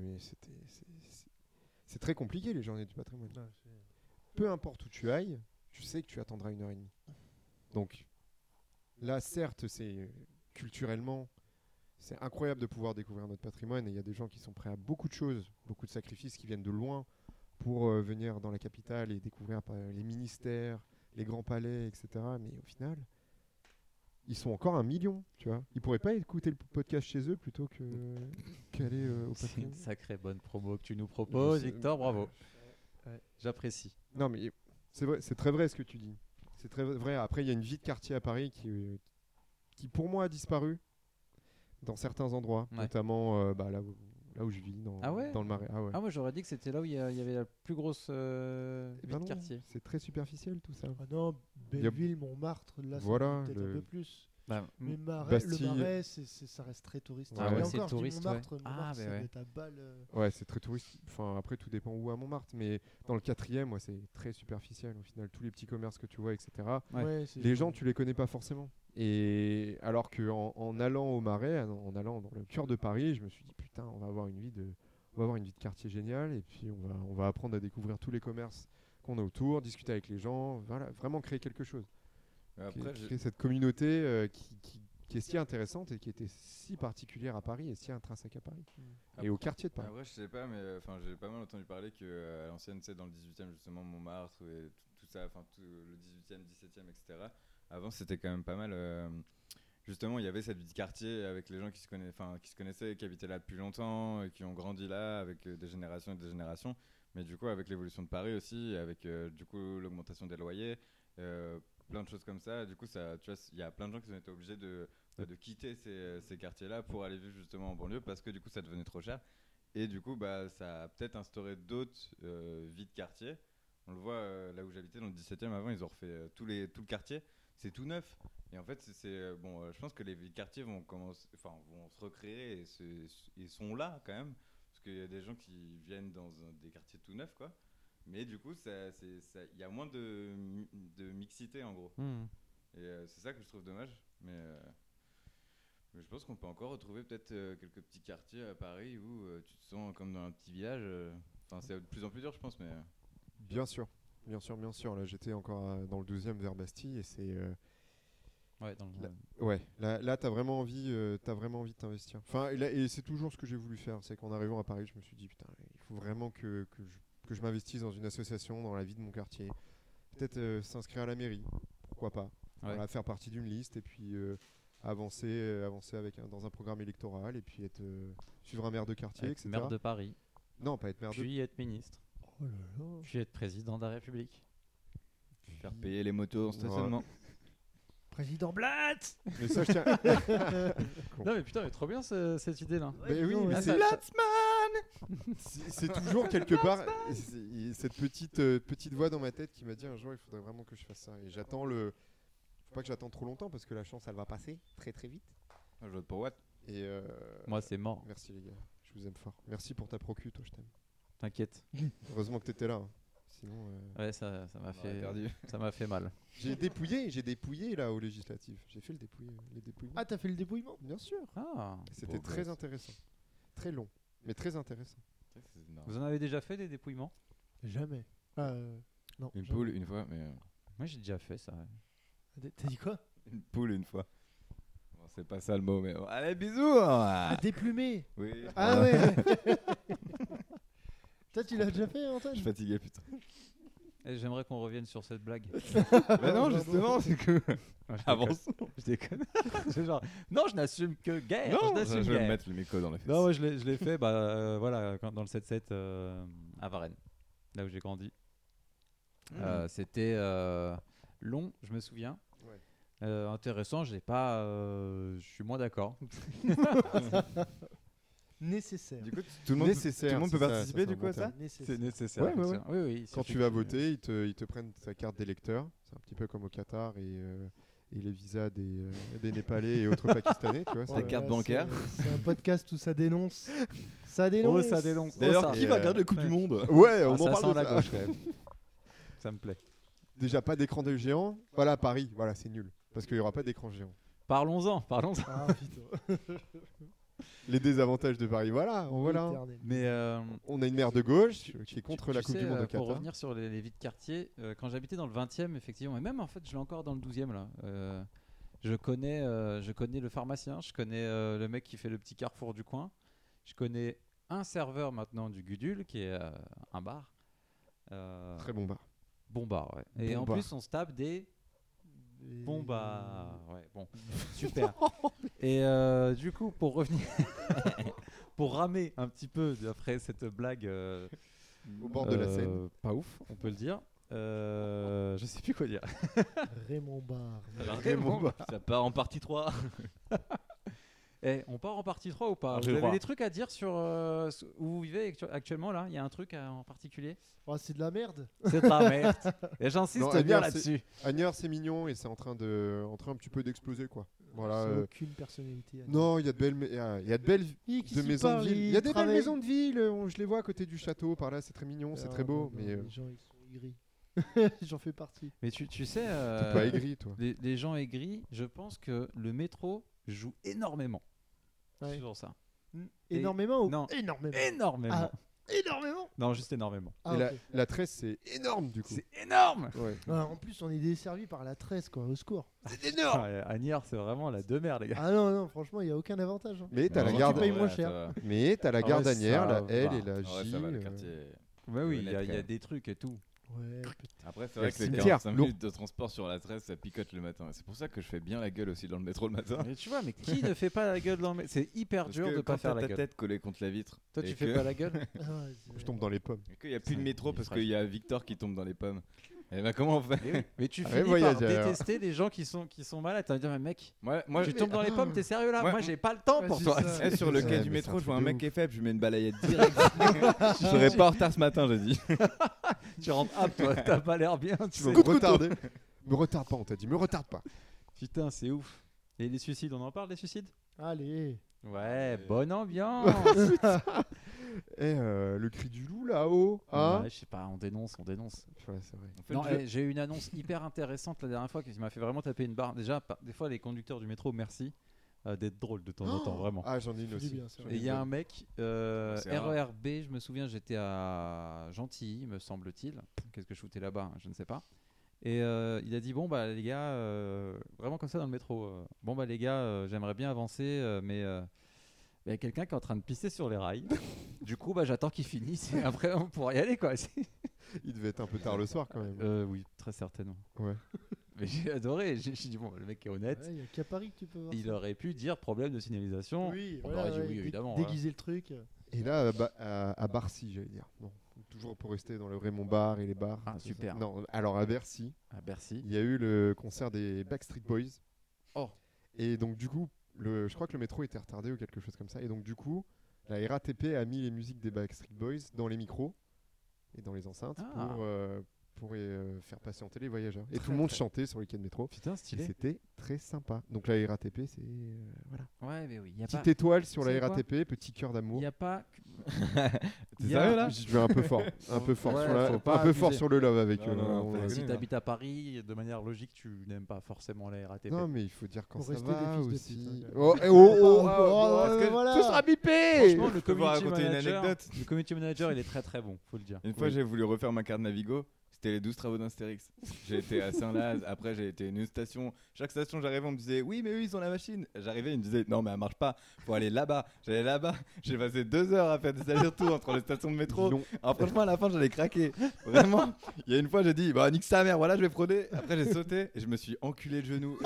Speaker 4: très compliqué les journées du patrimoine. Peu importe où tu ailles, tu sais que tu attendras 1h30. Donc là, certes, c'est culturellement, c'est incroyable de pouvoir découvrir notre patrimoine et il y a des gens qui sont prêts à beaucoup de choses, beaucoup de sacrifices qui viennent de loin pour venir dans la capitale et découvrir les ministères, les grands palais, etc. Mais au final, ils sont encore 1 million, tu vois. Ils pourraient pas écouter le podcast chez eux plutôt qu'aller au
Speaker 2: C'est
Speaker 4: patrimoine.
Speaker 2: une sacrée bonne promo que tu nous proposes,
Speaker 4: C'est-
Speaker 2: Victor, bravo.
Speaker 1: Ouais.
Speaker 2: J'apprécie.
Speaker 4: Non, mais c'est vrai, c'est très vrai ce que tu dis. C'est très vrai. Après, il y a une vie de quartier à Paris qui pour moi a disparu dans certains endroits,
Speaker 2: Ouais.
Speaker 4: notamment là où je vis,
Speaker 2: Ah ouais
Speaker 4: dans le Marais. Ah ouais.
Speaker 2: Ah, moi j'aurais dit que c'était là où il y avait la plus grosse
Speaker 4: Eh
Speaker 2: vie
Speaker 4: ben
Speaker 2: de
Speaker 4: non,
Speaker 2: quartier.
Speaker 4: c'est très superficiel tout ça.
Speaker 1: Ah non, Belleville, Montmartre, là,
Speaker 4: Voilà,
Speaker 1: ça peut-être
Speaker 4: le-
Speaker 1: un peu plus.
Speaker 2: Bah,
Speaker 1: Mais
Speaker 4: Bastille.
Speaker 1: le Marais, ça reste très touristique.
Speaker 4: Ah
Speaker 1: Et
Speaker 4: ouais,
Speaker 2: c'est
Speaker 1: encore, je dis
Speaker 2: touriste,
Speaker 1: Montmartre,
Speaker 2: ouais.
Speaker 1: Montmartre,
Speaker 2: Ah,
Speaker 1: ça
Speaker 2: bah
Speaker 1: doit
Speaker 2: ouais.
Speaker 1: être à balle.
Speaker 4: Ouais, c'est très touriste. Enfin, après, tout dépend où à Montmartre, mais dans le 4e, moi, c'est très superficiel. Au final, tous les petits commerces que tu vois, etc.
Speaker 2: Ouais.
Speaker 4: Les gens, tu les connais pas forcément. Et alors que en allant au Marais, en allant dans le cœur de Paris, je me suis dit putain, on va avoir une vie de quartier géniale. Et puis on va apprendre à découvrir tous les commerces qu'on a autour, discuter avec les gens, voilà, vraiment créer quelque chose.
Speaker 3: Après,
Speaker 4: Créer cette communauté qui est si intéressante et qui était si particulière à Paris et si intrinsèque à Paris et au quartier de Paris.
Speaker 3: Après, je sais pas, mais j'ai pas mal entendu parler que à l'ancienne, tu sais, dans le 18e, justement, Montmartre et tout ça, enfin, tout le 18e, 17e, etc. Avant, c'était quand même pas mal. justement, il y avait cette vie de quartier avec les gens qui se connaissaient, qui habitaient là depuis longtemps, et qui ont grandi là avec des générations et des générations. Mais du coup, avec l'évolution de Paris aussi, avec du coup l'augmentation des loyers, plein de choses comme ça. Du coup, ça, tu vois, il y a plein de gens qui ont été obligés de quitter ces quartiers-là pour aller vivre justement en banlieue parce que du coup, ça devenait trop cher. Et du coup, bah, ça a peut-être instauré d'autres vies de quartier. On le voit là où j'habitais, dans le 17e, avant, ils ont refait tout le quartier. C'est tout neuf. Et en fait, je pense que les vies de quartier vont se recréer et sont là quand même. Parce qu'il y a des gens qui viennent dans des quartiers tout neufs, quoi. Mais du coup, il y a moins de mixité en gros. Et c'est ça que je trouve dommage. Mais je pense qu'on peut encore retrouver peut-être quelques petits quartiers à Paris où tu te sens comme dans un petit village. Enfin, c'est de plus en plus dur, je pense. Mais
Speaker 4: Bien sûr. Là, j'étais encore dans le 12e vers Bastille et c'est.
Speaker 2: Ouais,
Speaker 4: Là, t'as vraiment envie de t'investir. Enfin, et c'est toujours ce que j'ai voulu faire. C'est qu'en arrivant à Paris, je me suis dit putain, il faut vraiment que je m'investisse dans une association, dans la vie de mon quartier. Peut-être s'inscrire à la mairie, pourquoi pas. Voilà, faire partie d'une liste et puis avancer dans un programme électoral et puis suivre un maire de quartier, etc.
Speaker 2: Maire de Paris.
Speaker 4: Non, pas être maire
Speaker 2: Puis être ministre.
Speaker 1: Oh là là.
Speaker 2: Puis être président de la République.
Speaker 3: faire payer les motos en stationnement.
Speaker 1: Président Blatt.
Speaker 4: Mais ça, je tiens.
Speaker 2: Non mais putain, mais trop bien cette idée-là.
Speaker 4: Mais oui, mais c'est toujours quelque part cette petite voix dans ma tête qui m'a dit un jour il faudrait vraiment que je fasse ça. Et faut pas que j'attende trop longtemps parce que la chance elle va passer très très vite.
Speaker 3: Je vote pour Watt.
Speaker 4: Et
Speaker 2: moi c'est mort.
Speaker 4: Merci les gars, je vous aime fort. Merci pour ta procu, toi je t'aime.
Speaker 2: T'inquiète.
Speaker 4: Heureusement que t'étais là. Hein. Sinon.
Speaker 2: Ouais, ça m'a fait mal.
Speaker 4: J'ai dépouillé là aux législatives. J'ai fait les dépouillements.
Speaker 1: Ah, t'as fait le dépouillement?
Speaker 4: Bien sûr.
Speaker 2: Ah.
Speaker 4: C'était très intéressant, très long, mais très intéressant.
Speaker 2: Vous en avez déjà fait des dépouillements?
Speaker 1: Jamais. Non.
Speaker 3: Une
Speaker 1: jamais.
Speaker 3: poule une fois, mais.
Speaker 2: Moi j'ai déjà fait ça.
Speaker 1: T'as dit quoi?
Speaker 3: Une poule une fois. Bon, c'est pas ça le mot, mais allez bisous.
Speaker 1: Ah, déplumé.
Speaker 3: Oui.
Speaker 1: Ah ouais. Toi, tu l'as déjà fait, Antoine?
Speaker 3: Je suis fatigué, putain.
Speaker 2: Et j'aimerais qu'on revienne sur cette blague.
Speaker 3: Mais non, justement, c'est que. Avance.
Speaker 2: Je déconne. C'est genre, non, je n'assume que guerre.
Speaker 3: Non,
Speaker 2: je n'assume
Speaker 3: je vais me
Speaker 2: guerre.
Speaker 3: mettre le micro dans les fesses.
Speaker 2: Non, moi, je l'ai fait voilà, dans le 7-7 à Varennes, là où j'ai grandi. C'était long, je me souviens.
Speaker 4: Ouais.
Speaker 2: Intéressant, je suis moins d'accord.
Speaker 1: Nécessaire.
Speaker 3: Du coup, tout le monde peut
Speaker 4: ça,
Speaker 3: participer
Speaker 4: ça,
Speaker 3: du coup à
Speaker 4: c'est
Speaker 3: ça.
Speaker 1: Nécessaire.
Speaker 2: C'est nécessaire.
Speaker 4: Ouais, ouais, ouais.
Speaker 2: Oui,
Speaker 4: Quand tu vas voter, ils te prennent ta carte d'électeur. C'est un petit peu comme au Qatar et les visas des Népalais et autres Pakistanais. Tu vois,
Speaker 3: Ta carte
Speaker 1: là,
Speaker 3: bancaire.
Speaker 1: C'est un podcast où ça dénonce. Ça dénonce.
Speaker 2: Oh, ça dénonce.
Speaker 3: D'ailleurs,
Speaker 2: ça.
Speaker 3: qui va regarder la Coupe du Monde?
Speaker 4: Ouais, on
Speaker 2: Ça
Speaker 4: en
Speaker 2: sent
Speaker 4: parle de
Speaker 2: la
Speaker 4: ça.
Speaker 2: gauche quand même. Ça me plaît.
Speaker 4: Déjà, pas d'écran de géant. Voilà, Paris, voilà, c'est nul. Parce qu'il n'y aura pas d'écran géant.
Speaker 2: Parlons-en.
Speaker 1: Ah putain.
Speaker 4: Les désavantages de Paris, voilà.
Speaker 1: Éternel.
Speaker 2: Mais
Speaker 4: On a une maire de gauche qui est contre la
Speaker 2: tu
Speaker 4: Coupe
Speaker 2: sais,
Speaker 4: du Monde de
Speaker 2: pour
Speaker 4: Qatar.
Speaker 2: revenir sur les vies de quartier, quand j'habitais dans le 20e, effectivement, et même en fait, je l'ai encore dans le 12e là. Je connais le pharmacien, je connais le mec qui fait le petit carrefour du coin, je connais un serveur maintenant du Gudule qui est un bar.
Speaker 4: Très bon bar.
Speaker 2: Bon bar, ouais. Et
Speaker 4: Bon
Speaker 2: en
Speaker 4: bar.
Speaker 2: plus, on se tape des bons bars. Ouais, bon, super. Et du coup, pour revenir, pour ramer un petit peu après cette blague
Speaker 4: Au bord de la Seine.
Speaker 2: pas ouf, on peut le dire. Je sais plus quoi dire.
Speaker 1: Raymond Barre.
Speaker 3: Ça part en partie 3.
Speaker 2: On part en partie 3 ou pas?
Speaker 3: Je
Speaker 2: Vous avez
Speaker 3: crois.
Speaker 2: des trucs à dire sur où vous vivez actuellement là? Il y a un truc en particulier?
Speaker 1: Oh, c'est de la merde.
Speaker 2: C'est de la merde. Et j'insiste
Speaker 4: Non,
Speaker 2: bien
Speaker 4: Agnières,
Speaker 2: là-dessus.
Speaker 4: Agnières, c'est mignon et c'est en train un petit peu d'exploser, quoi. Voilà.
Speaker 1: C'est aucune personnalité.
Speaker 4: Non, il y a de belles
Speaker 1: de
Speaker 4: maisons de ville. Il y a des belles maisons de ville. Je les vois à côté du château. Par là, c'est très mignon, c'est très beau. Mais
Speaker 1: Les gens, ils sont aigris. J'en fais partie.
Speaker 2: Mais tu sais,
Speaker 4: t'es pas aigri, toi.
Speaker 2: les gens aigris, je pense que le métro joue énormément
Speaker 1: Ouais.
Speaker 2: sur ça.
Speaker 1: Énormément ou
Speaker 2: non.
Speaker 1: Énormément.
Speaker 2: Énormément.
Speaker 1: Ah, énormément.
Speaker 2: Non, juste énormément.
Speaker 1: Ah,
Speaker 4: Et
Speaker 1: ok.
Speaker 4: la tresse, c'est énorme, du coup.
Speaker 2: C'est énorme.
Speaker 4: Ouais.
Speaker 1: Ah, en plus, on est desservi par la tresse, quoi. Au secours.
Speaker 2: C'est énorme. Agnières, c'est vraiment la demeure, les gars.
Speaker 1: Ah non, franchement, il n'y a aucun avantage. Hein.
Speaker 4: Mais t'as la
Speaker 1: Tu
Speaker 4: garde.
Speaker 1: payes moins cher.
Speaker 4: Mais t'as la
Speaker 2: Ah
Speaker 4: garde
Speaker 2: ouais,
Speaker 4: Agnières,
Speaker 2: ça
Speaker 4: la L
Speaker 2: va.
Speaker 4: et la
Speaker 3: Ouais,
Speaker 4: J.
Speaker 3: ça va, le quartier.
Speaker 2: Ouais, oui, il
Speaker 3: honnête,
Speaker 2: y
Speaker 3: quand
Speaker 2: a
Speaker 3: même.
Speaker 2: des trucs et tout.
Speaker 1: Ouais, peut-être.
Speaker 3: Après, c'est
Speaker 4: Il y a
Speaker 3: vrai
Speaker 4: le
Speaker 3: que les
Speaker 4: cimetière,
Speaker 3: 45
Speaker 4: lourd.
Speaker 3: minutes de transport sur la 13, ça picote le matin. C'est pour ça que je fais bien la gueule aussi dans le métro le matin.
Speaker 2: Mais tu vois, mais qui ne fait pas la gueule dans le métro? C'est hyper
Speaker 3: Parce
Speaker 2: dur
Speaker 3: que
Speaker 2: de pas
Speaker 3: quand
Speaker 2: faire
Speaker 3: t'as
Speaker 2: la
Speaker 3: ta
Speaker 2: gueule.
Speaker 3: tête collée contre la vitre.
Speaker 2: Toi,
Speaker 3: et
Speaker 2: tu fais
Speaker 3: que-
Speaker 2: pas la gueule?
Speaker 1: Ah ouais,
Speaker 4: Je tombe dans les pommes.
Speaker 3: Et qu'il n'y a plus de métro
Speaker 2: Il est
Speaker 3: parce
Speaker 2: fragile.
Speaker 3: qu'il y a Victor qui tombe dans les pommes. Et bah comment on fait?
Speaker 2: Mais tu
Speaker 4: Ouais,
Speaker 2: finis par
Speaker 4: voyageur.
Speaker 2: détester les gens qui sont malades. Tu vas me dire, mais mec,
Speaker 3: Moi,
Speaker 2: tu tombes dans les pommes, t'es sérieux là?
Speaker 3: Ouais.
Speaker 2: Moi, j'ai pas le temps
Speaker 1: Ouais,
Speaker 2: pour
Speaker 1: c'est
Speaker 2: toi.
Speaker 1: ça.
Speaker 3: sur le
Speaker 4: Ouais,
Speaker 3: quai
Speaker 4: mais
Speaker 3: du
Speaker 4: c'est
Speaker 3: métro,
Speaker 4: un
Speaker 3: je vois un
Speaker 4: truc de
Speaker 3: mec
Speaker 4: ouf.
Speaker 3: qui est faible, je lui mets une balayette direct. Je serais pas en retard ce matin, j'ai dit.
Speaker 2: Tu rentres up, toi, t'as pas l'air bien. Tu
Speaker 4: Tu
Speaker 2: sais.
Speaker 4: vas me retarder. Me retarde pas, on t'a dit. Me retarde pas.
Speaker 2: Putain, c'est ouf. Et les suicides, on en parle des suicides?
Speaker 1: Allez.
Speaker 2: Ouais, bonne ambiance.
Speaker 4: Et le cri du loup là-haut. Hein
Speaker 2: Ouais, je sais pas, on dénonce.
Speaker 4: Ouais, c'est vrai.
Speaker 3: On fait
Speaker 2: Non,
Speaker 3: le jeu.
Speaker 2: j'ai eu une annonce hyper intéressante la dernière fois qui m'a fait vraiment taper une barre. Déjà, des fois, les conducteurs du métro, merci d'être drôles de temps en temps, vraiment.
Speaker 4: Ah, j'en ai une
Speaker 1: Ça fait
Speaker 4: aussi.
Speaker 1: du bien, ça.
Speaker 4: J'en ai
Speaker 2: Et il y a un mec,
Speaker 3: C'est rare.
Speaker 2: RERB, je me souviens, j'étais à Gentilly, me semble-t-il. Qu'est-ce que je foutais là-bas, je ne sais pas. Et il a dit, bon, bah les gars, vraiment comme ça dans le métro, bon, bah les gars, j'aimerais bien avancer, mais il y a quelqu'un qui est en train de pisser sur les rails. Du coup, bah j'attends qu'il finisse et après on pourra y aller, quoi.
Speaker 4: Il devait être un peu tard le soir quand même.
Speaker 2: Oui, très certainement.
Speaker 4: Ouais.
Speaker 2: Mais j'ai adoré, j'ai dit, bon, le mec est honnête.
Speaker 1: Il y a qu'à Paris que tu peux voir
Speaker 2: Il
Speaker 1: ça.
Speaker 2: aurait pu dire problème de signalisation.
Speaker 1: Oui,
Speaker 2: On
Speaker 1: voilà,
Speaker 2: aurait dit
Speaker 1: ouais,
Speaker 2: oui, évidemment. voilà.
Speaker 1: Déguiser le truc.
Speaker 4: Et là, à Barcy, j'allais dire. Bon, toujours pour rester dans le Raymond Bar et les bars.
Speaker 2: Ah,
Speaker 4: tout ça.
Speaker 2: super.
Speaker 4: Non, alors à Bercy,
Speaker 2: À Bercy.
Speaker 4: il y a eu le concert des Backstreet Boys.
Speaker 2: Oh.
Speaker 4: Et donc du coup, je crois que le métro était retardé ou quelque chose comme ça. Et donc du coup, la RATP a mis les musiques des Backstreet Boys dans les micros et dans les enceintes
Speaker 2: Ah.
Speaker 4: pour faire patienter les voyageurs. Et tout le monde chantait sur les quais de métro.
Speaker 2: Putain,
Speaker 4: Et
Speaker 2: stylé.
Speaker 4: c'était très sympa. Donc la RATP, c'est voilà.
Speaker 2: Ouais, mais oui. Il y a
Speaker 4: Petite
Speaker 2: pas.
Speaker 4: étoile sur
Speaker 2: Tu sais
Speaker 4: la
Speaker 2: quoi
Speaker 4: RATP, petit cœur
Speaker 2: Il
Speaker 4: d'amour.
Speaker 2: n'y a pas.
Speaker 3: T'es
Speaker 2: Il y a-
Speaker 3: sérieux là?
Speaker 4: Je vais un peu fort, un peu fort,
Speaker 2: Ouais,
Speaker 4: sur, la-
Speaker 2: faut
Speaker 4: un
Speaker 2: pas
Speaker 4: peu fort
Speaker 2: abuser.
Speaker 4: sur le love avec
Speaker 3: Non,
Speaker 4: eux.
Speaker 3: non,
Speaker 4: là,
Speaker 3: non,
Speaker 4: on
Speaker 3: faut
Speaker 4: va-
Speaker 3: déconner.
Speaker 2: Si
Speaker 3: non.
Speaker 2: t'habites à Paris, de manière logique, tu n'aimes pas forcément la RATP.
Speaker 4: Non, mais il faut dire quand
Speaker 1: Pour
Speaker 4: ça
Speaker 1: rester
Speaker 4: va
Speaker 1: des fils de
Speaker 4: aussi.
Speaker 1: pute, hein,
Speaker 4: Oh,
Speaker 1: quand
Speaker 4: oh, oh, oh,
Speaker 1: Oh,
Speaker 4: est-ce que
Speaker 1: voilà.
Speaker 4: ce sera bipé.
Speaker 2: Franchement, le
Speaker 3: peux vous
Speaker 2: community
Speaker 3: raconter une
Speaker 2: manager,
Speaker 3: anecdote
Speaker 2: le community manager, il est très très bon, faut le dire.
Speaker 3: Une fois, j'ai voulu refaire ma carte Navigo. C'était les 12 travaux d'Astérix. J'ai été à Saint-Laz. Après, j'ai été à une station. Chaque station, j'arrivais, on me disait oui, mais eux, ils ont la machine. J'arrivais, ils me disaient non, mais elle marche pas. Faut aller là-bas. J'allais là-bas. J'ai passé 2 heures à faire des allers-retours entre les stations de métro.
Speaker 4: Long.
Speaker 3: Alors, franchement, à la fin, j'allais craquer. Vraiment. Il y a une fois, j'ai dit bah, nique sa mère, voilà, je vais frauder. Après, j'ai sauté et je me suis enculé le genou.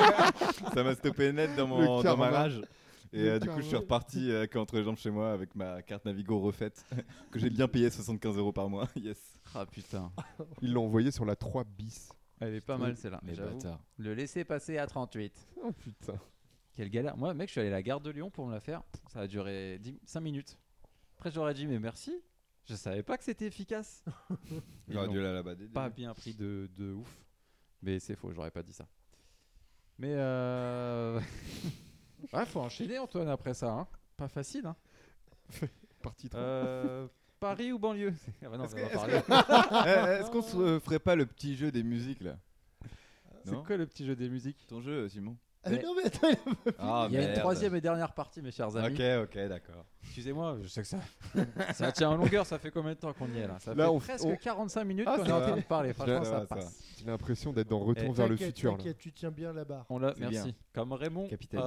Speaker 3: Ça m'a stoppé net dans ma
Speaker 4: karma.
Speaker 3: rage. Et
Speaker 4: Le
Speaker 3: du coup, je suis
Speaker 4: karma.
Speaker 3: reparti avec entre les jambes chez moi avec ma carte Navigo refaite que j'ai bien payé 75 € par mois. Yes.
Speaker 2: Ah putain,
Speaker 4: Ils l'ont envoyé sur la 3 bis.
Speaker 2: elle est pas mal celle-là.
Speaker 3: Les
Speaker 2: j'avoue.
Speaker 3: bâtards.
Speaker 2: Le laisser passer à 38.
Speaker 4: Oh putain.
Speaker 2: Quelle galère. Moi, mec, je suis allé à la gare de Lyon pour me la faire. Ça a duré 5 minutes. Après, j'aurais dit, mais merci. Je savais pas que c'était efficace. Ils
Speaker 3: J'aurais
Speaker 2: l'ont
Speaker 3: dû aller à la bader.
Speaker 2: pas bien pris de ouf. Mais c'est faux, j'aurais pas dit ça. Mais ouais, faut enchaîner Antoine après ça. Hein. Pas facile. Hein.
Speaker 4: Partie 3.
Speaker 2: Paris ou banlieue? Ah bah non,
Speaker 3: Est-ce
Speaker 2: on va
Speaker 3: que-
Speaker 2: parler.
Speaker 3: Est-ce qu'on se ferait pas le petit jeu des musiques là?
Speaker 2: C'est
Speaker 3: Non.
Speaker 2: quoi le petit jeu des musiques?
Speaker 3: Ton jeu, Simon?
Speaker 1: Ah, mais non, mais attends,
Speaker 3: Ah,
Speaker 2: Il y a une
Speaker 3: merde.
Speaker 2: troisième et dernière partie, mes chers amis.
Speaker 3: Ok, d'accord.
Speaker 2: Excusez-moi, je sais que ça tient en longueur. Ça fait combien de temps qu'on y est là? Ça
Speaker 4: Là,
Speaker 2: fait
Speaker 4: on-
Speaker 2: presque
Speaker 4: on-
Speaker 2: 45 minutes
Speaker 4: Ah,
Speaker 2: qu'on est
Speaker 4: ça
Speaker 2: en
Speaker 4: va.
Speaker 2: train de parler. Franchement,
Speaker 3: Ça
Speaker 2: ça
Speaker 3: va, ça
Speaker 2: passe.
Speaker 4: J'ai l'impression d'être dans Retour
Speaker 2: Eh,
Speaker 4: vers le
Speaker 1: t'inquiète,
Speaker 4: futur. Là.
Speaker 1: t'inquiète, tu tiens bien la barre.
Speaker 2: On l'a,
Speaker 3: C'est
Speaker 2: merci.
Speaker 3: bien.
Speaker 2: Comme Raymond.
Speaker 3: Capitaine.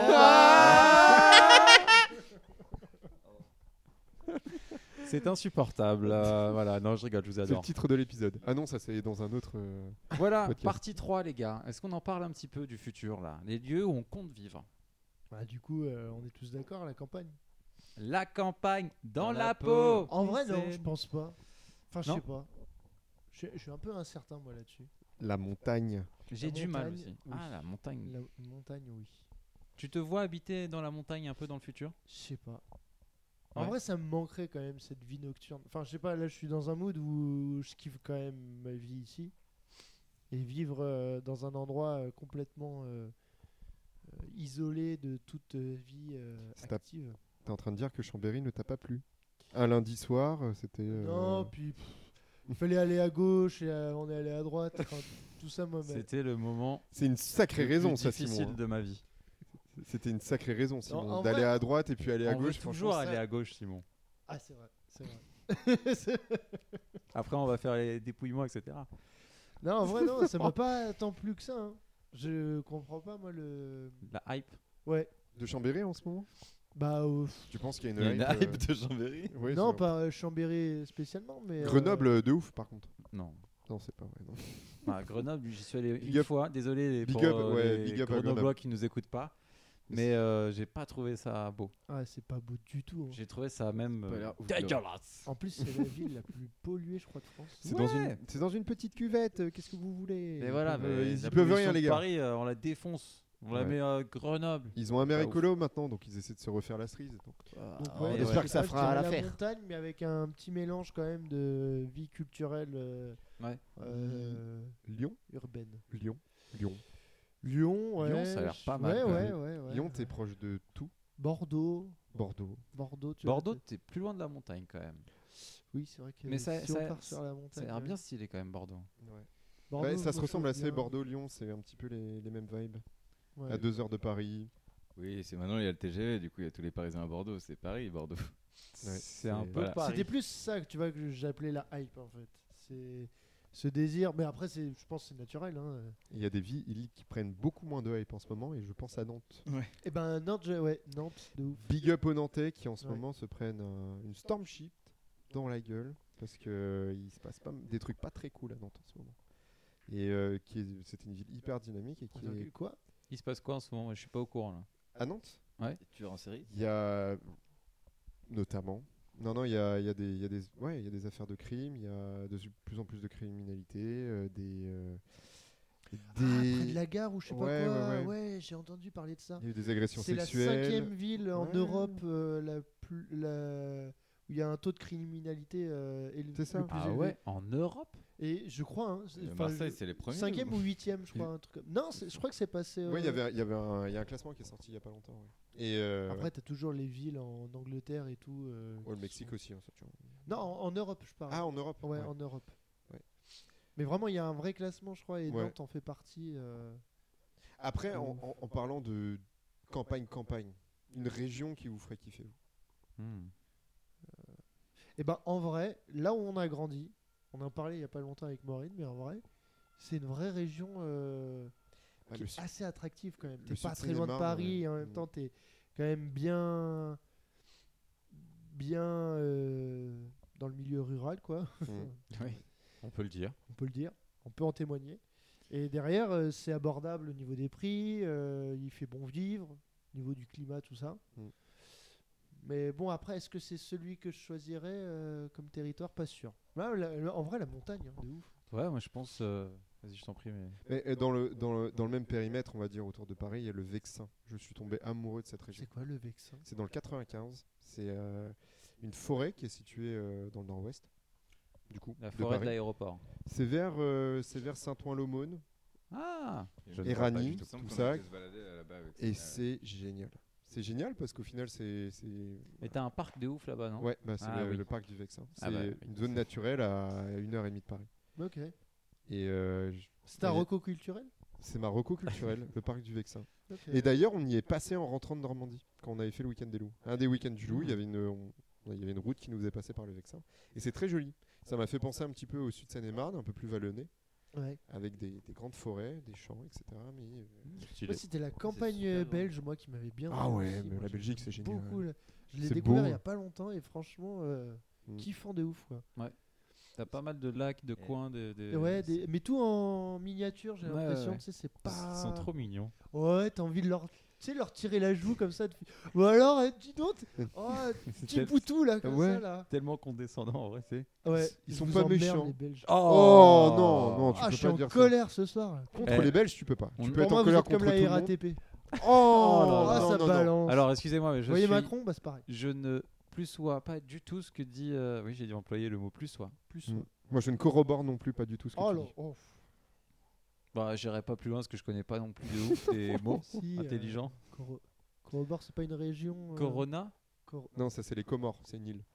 Speaker 2: C'est insupportable. Voilà, non, je rigole, je vous
Speaker 4: C'est le
Speaker 2: adore.
Speaker 4: titre de l'épisode. Ah non, ça c'est dans un autre.
Speaker 2: Voilà,
Speaker 4: podcast.
Speaker 2: partie 3, les gars. Est-ce qu'on en parle un petit peu du futur là? Les lieux où on compte vivre.
Speaker 1: Bah, du coup, on est tous d'accord, la campagne.
Speaker 2: La campagne dans
Speaker 3: Dans
Speaker 2: la
Speaker 3: la
Speaker 2: peau.
Speaker 1: En vrai, non,
Speaker 2: C'est-
Speaker 1: je pense pas. Enfin, je
Speaker 2: Non.
Speaker 1: sais pas. Je suis un peu incertain, moi, là-dessus.
Speaker 4: La montagne.
Speaker 2: J'ai
Speaker 1: La
Speaker 2: du mal
Speaker 1: montagne,
Speaker 2: aussi.
Speaker 1: oui.
Speaker 2: Ah, la montagne.
Speaker 1: La montagne, oui.
Speaker 2: Tu te vois habiter dans la montagne un peu dans le futur?
Speaker 1: Je sais pas. En
Speaker 2: Ouais.
Speaker 1: vrai, ça me manquerait quand même cette vie nocturne. Enfin, je sais pas, là, je suis dans un mood où je kiffe quand même ma vie ici. Et vivre dans un endroit complètement isolé de toute vie
Speaker 4: C'est
Speaker 1: active.
Speaker 4: T'es en train de dire que Chambéry ne t'a pas plu? Un lundi soir, c'était.
Speaker 1: Non, puis il fallait aller à gauche et on est allé à droite. Enfin, tout ça, moi,
Speaker 2: C'était le moment
Speaker 4: C'est une sacrée
Speaker 2: le
Speaker 4: raison,
Speaker 2: plus
Speaker 4: ça,
Speaker 2: difficile
Speaker 4: Simon.
Speaker 2: de ma vie.
Speaker 4: C'était une sacrée raison, Simon.
Speaker 1: en
Speaker 4: D'aller
Speaker 1: vrai-
Speaker 4: à droite et puis aller à
Speaker 2: On veut
Speaker 4: gauche.
Speaker 2: toujours
Speaker 1: franchement,
Speaker 2: aller
Speaker 1: ça-
Speaker 2: à gauche, Simon.
Speaker 1: Ah, c'est vrai, c'est vrai.
Speaker 2: Après, on va faire les dépouillements, etc.
Speaker 1: Non, en vrai, non, ça m'a pas tant plu que ça. Hein. Je comprends pas, moi, le.
Speaker 2: La hype.
Speaker 1: Ouais,
Speaker 4: De Chambéry en ce moment?
Speaker 1: Bah,
Speaker 4: Tu penses qu'il y a
Speaker 3: Il y a
Speaker 4: une
Speaker 3: une
Speaker 4: hype,
Speaker 3: hype de Chambéry.
Speaker 4: ouais,
Speaker 1: non,
Speaker 4: c'est-
Speaker 1: pas Chambéry spécialement, mais.
Speaker 4: Grenoble de ouf, par contre.
Speaker 2: Non.
Speaker 4: Non, c'est pas vrai. Non.
Speaker 2: À Grenoble, j'y suis allé
Speaker 4: Big
Speaker 2: une
Speaker 4: up.
Speaker 2: fois. Désolé
Speaker 4: Big
Speaker 2: pour
Speaker 4: up, ouais,
Speaker 2: les
Speaker 4: big up à
Speaker 2: Grenoblois
Speaker 4: Grenoble.
Speaker 2: qui nous écoutent pas. Mais j'ai pas trouvé ça beau.
Speaker 1: Ah, c'est pas beau du tout. Hein.
Speaker 2: J'ai trouvé ça même
Speaker 3: Pas l'air ouf, là.
Speaker 2: dégueulasse.
Speaker 1: En plus, c'est la ville la plus polluée, je crois, de France.
Speaker 4: C'est dans une petite cuvette. Qu'est-ce que vous voulez?
Speaker 2: Mais voilà,
Speaker 4: Ils y
Speaker 2: la
Speaker 4: peuvent
Speaker 2: pollution
Speaker 4: rien,
Speaker 2: de
Speaker 4: les gars.
Speaker 2: Paris, on la défonce. On la
Speaker 4: Ouais.
Speaker 2: met à Grenoble.
Speaker 4: Ils ont un maire
Speaker 2: Pas ouf.
Speaker 4: écolo maintenant, donc ils essaient de se refaire la cerise. Donc.
Speaker 1: Donc,
Speaker 2: ouais,
Speaker 1: j'espère
Speaker 2: ouais.
Speaker 1: que
Speaker 4: ça fera
Speaker 1: la
Speaker 4: l'affaire.
Speaker 1: montagne, mais avec un petit mélange quand même de vie culturelle
Speaker 2: Ouais.
Speaker 4: Lyon.
Speaker 1: urbaine.
Speaker 4: Lyon.
Speaker 1: Lyon, ouais.
Speaker 2: Lyon, ça a l'air pas mal,
Speaker 1: Ouais,
Speaker 2: quand
Speaker 1: ouais,
Speaker 2: même.
Speaker 1: ouais.
Speaker 4: Lyon, t'es proche de tout.
Speaker 1: Bordeaux.
Speaker 4: Bordeaux.
Speaker 1: Bordeaux, tu
Speaker 2: Bordeaux,
Speaker 1: vois,
Speaker 2: t'es plus loin de la montagne quand même.
Speaker 1: oui, c'est vrai que
Speaker 2: Mais ça-
Speaker 1: si
Speaker 2: ça-
Speaker 1: on part sur la montagne.
Speaker 2: Ça a l'air
Speaker 1: ouais.
Speaker 2: bien stylé quand même, Bordeaux.
Speaker 1: Bordeaux,
Speaker 4: Ouais,
Speaker 1: moi,
Speaker 4: ça se
Speaker 1: je
Speaker 4: ressemble
Speaker 1: trouve
Speaker 4: assez.
Speaker 1: bien.
Speaker 4: Bordeaux-Lyon, c'est un petit peu les mêmes vibes.
Speaker 1: Ouais.
Speaker 4: À 2 heures de Paris.
Speaker 3: Oui, c'est maintenant il y a le TGV, du coup il y a tous les Parisiens à Bordeaux. C'est Paris, Bordeaux.
Speaker 2: C'est un peu
Speaker 3: voilà.
Speaker 2: Paris.
Speaker 1: C'était plus ça que tu vois que j'appelais la hype en fait. C'est ce désir, mais après je pense que c'est naturel. Hein.
Speaker 4: Il y a des villes qui prennent beaucoup moins de hype en ce moment, et je pense à Nantes.
Speaker 1: Et ben Nantes, ouais, Nantes, de ouf.
Speaker 4: Big up aux Nantais qui en ce
Speaker 1: Ouais.
Speaker 4: moment se prennent une Storm Shift dans la gueule parce que il se passe pas des trucs pas très cool à Nantes en ce moment. Et c'était une ville hyper dynamique et qui est...
Speaker 1: Quoi?
Speaker 2: Il se passe quoi en ce moment? Je suis pas au courant là.
Speaker 4: À Nantes,
Speaker 3: Tueur en série.
Speaker 4: il y a notamment il y a des affaires de crime, il y a de plus en plus de criminalité,
Speaker 1: Près de la gare ou je sais
Speaker 4: Ouais,
Speaker 1: pas quoi.
Speaker 4: ouais.
Speaker 1: Ouais, j'ai entendu parler de ça.
Speaker 4: il y a eu des agressions
Speaker 1: C'est la
Speaker 4: sexuelles.
Speaker 1: 5e ville en
Speaker 4: Ouais.
Speaker 1: Europe où il y a un taux de criminalité élevé.
Speaker 4: C'est ça.
Speaker 1: le plus
Speaker 2: Ah
Speaker 1: élevé.
Speaker 2: ouais, en Europe?
Speaker 1: Et je crois. Hein,
Speaker 3: Marseille, c'est les premiers.
Speaker 1: 5e
Speaker 3: ou-
Speaker 1: ou 8e, je crois. Un truc comme... Non, je crois que c'est passé.
Speaker 4: Oui, il y a un classement qui est sorti il y a pas longtemps. Ouais. Et
Speaker 1: Après, t'as toujours les villes en Angleterre et tout.
Speaker 4: le
Speaker 1: qui
Speaker 4: Mexique
Speaker 1: sont-
Speaker 4: aussi. Hein, ça, tu vois.
Speaker 1: Non, en Europe, je parle.
Speaker 4: Ah, en Europe.
Speaker 1: Ouais, en Europe.
Speaker 4: Ouais.
Speaker 1: Mais vraiment, il y a un vrai classement, je crois, et
Speaker 4: Ouais.
Speaker 1: Nantes en fait partie.
Speaker 4: Après, en parlant de campagne, une région qui vous ferait kiffer. Vous.
Speaker 1: Et ben, en vrai, là où on a grandi, on en parlait il y a pas longtemps avec Maureen, mais en vrai, c'est une vraie région
Speaker 4: Ah,
Speaker 1: qui
Speaker 4: le
Speaker 1: est assez attractive quand même.
Speaker 4: le
Speaker 1: T'es pas
Speaker 4: sud
Speaker 1: très loin de
Speaker 4: Seine-et-Marne,
Speaker 1: Paris
Speaker 4: ouais.
Speaker 1: et en même temps, t'es quand même bien dans le milieu rural, quoi.
Speaker 2: Oui, on peut le dire.
Speaker 1: On peut le dire, on peut en témoigner. Et derrière, c'est abordable au niveau des prix, il fait bon vivre, au niveau du climat, tout ça.
Speaker 4: Mm.
Speaker 1: Mais bon, après, est-ce que c'est celui que je choisirais comme territoire? Pas sûr. Ouais, en vrai, la montagne, hein, de ouf.
Speaker 2: Ouais, moi je pense. Vas-y, je t'en prie. Mais...
Speaker 4: Mais dans le même périmètre, on va dire, autour de Paris, il y a le Vexin. Je suis tombé amoureux de cette région.
Speaker 1: C'est quoi le Vexin?
Speaker 4: C'est dans le 95. C'est une forêt qui est située dans le nord-ouest. Du coup,
Speaker 2: La
Speaker 4: de
Speaker 2: forêt de
Speaker 4: Paris.
Speaker 2: l'aéroport.
Speaker 4: C'est vers Saint-Ouen-l'Aumône.
Speaker 2: Ah, je ne
Speaker 4: Et
Speaker 2: vois pas
Speaker 4: Rani,
Speaker 2: du tout.
Speaker 3: Il me semble
Speaker 4: tout
Speaker 3: qu'on
Speaker 4: ça.
Speaker 3: était se balader là-bas avec
Speaker 4: Et
Speaker 3: ça.
Speaker 4: c'est génial. C'est génial parce qu'au final, c'est
Speaker 2: Mais t'as un parc de ouf là-bas, non?
Speaker 4: ouais, bah, c'est
Speaker 2: Ah oui.
Speaker 4: le parc du Vexin. C'est
Speaker 2: Ah bah, oui.
Speaker 4: une zone naturelle à 1h30 de Paris.
Speaker 1: Ok.
Speaker 4: Et
Speaker 1: C'est un
Speaker 4: Ouais.
Speaker 1: reco culturel?
Speaker 4: c'est ma reco culturelle, le parc du Vexin.
Speaker 1: Ok.
Speaker 4: Et d'ailleurs, on y est passé en rentrant de Normandie quand on avait fait le week-end des loups. Un des week-ends du loup, il y avait une route qui nous faisait passer par le Vexin. Et c'est très joli. Ça m'a fait penser un petit peu au sud de Seine-et-Marne, un peu plus vallonné,
Speaker 1: Ouais.
Speaker 4: avec des grandes forêts, des champs, etc. Mais
Speaker 1: Moi, c'était la campagne
Speaker 3: super loin.
Speaker 1: belge, moi, qui m'avait bien.
Speaker 4: Ah
Speaker 1: plu
Speaker 4: ouais,
Speaker 1: aussi.
Speaker 4: mais
Speaker 1: Moi,
Speaker 4: la
Speaker 1: j'aime
Speaker 4: Belgique, c'est génial.
Speaker 1: beaucoup. Je l'ai
Speaker 4: C'est
Speaker 1: découvert
Speaker 4: beau.
Speaker 1: il y a pas longtemps et franchement,
Speaker 4: Mm.
Speaker 1: kiffant de ouf, quoi.
Speaker 2: T'as pas mal de lacs, de coins,
Speaker 1: Et ouais, mais tout en miniature, j'ai
Speaker 2: Ouais,
Speaker 1: l'impression.
Speaker 2: ouais.
Speaker 1: Tu sais, c'est
Speaker 2: Ils
Speaker 1: pas.
Speaker 2: sont trop mignons.
Speaker 1: Ouais, t'as envie de leur. Tu sais, leur tirer la joue comme ça. Ou alors, dis donc, oh, petit
Speaker 2: tel-
Speaker 1: boutou là, comme
Speaker 4: Ouais.
Speaker 1: ça là.
Speaker 2: Tellement condescendant en vrai, c'est.
Speaker 1: Ouais,
Speaker 4: Ils
Speaker 1: je
Speaker 4: sont
Speaker 1: vous
Speaker 4: pas
Speaker 1: emmerde,
Speaker 4: méchants.
Speaker 1: les Belges.
Speaker 4: Oh, non, tu
Speaker 1: Ah,
Speaker 4: peux
Speaker 1: je suis
Speaker 4: pas
Speaker 1: en
Speaker 4: dire ça.
Speaker 1: colère ce soir. là.
Speaker 4: Contre
Speaker 2: Eh,
Speaker 4: les Belges, tu peux pas.
Speaker 2: on-
Speaker 4: Tu peux
Speaker 1: Pour
Speaker 4: être
Speaker 1: moi,
Speaker 4: en
Speaker 1: vous
Speaker 4: colère
Speaker 1: êtes comme
Speaker 4: contre
Speaker 1: la
Speaker 4: tout le monde.
Speaker 1: RATP.
Speaker 4: Oh,
Speaker 1: Ah,
Speaker 4: non,
Speaker 1: ça
Speaker 4: non, non.
Speaker 1: balance.
Speaker 2: Alors, excusez-moi, mais
Speaker 1: Vous voyez
Speaker 2: suis...
Speaker 1: Macron, bah c'est pareil.
Speaker 2: je ne plus sois pas du tout ce que dit. Oui, j'ai dû employer le mot plus sois.
Speaker 1: Plus.
Speaker 4: Mm. Moi, je ne corrobore non plus pas du tout ce que
Speaker 1: Oh
Speaker 4: tu
Speaker 1: là.
Speaker 4: dis.
Speaker 1: Oh.
Speaker 2: Bah, j'irai pas plus loin parce que je connais pas non plus de ouf des mots
Speaker 1: Si,
Speaker 2: intelligents.
Speaker 1: Corobor, c'est pas une région.
Speaker 2: Corona.
Speaker 4: Non, ça, c'est les Comores, c'est une île.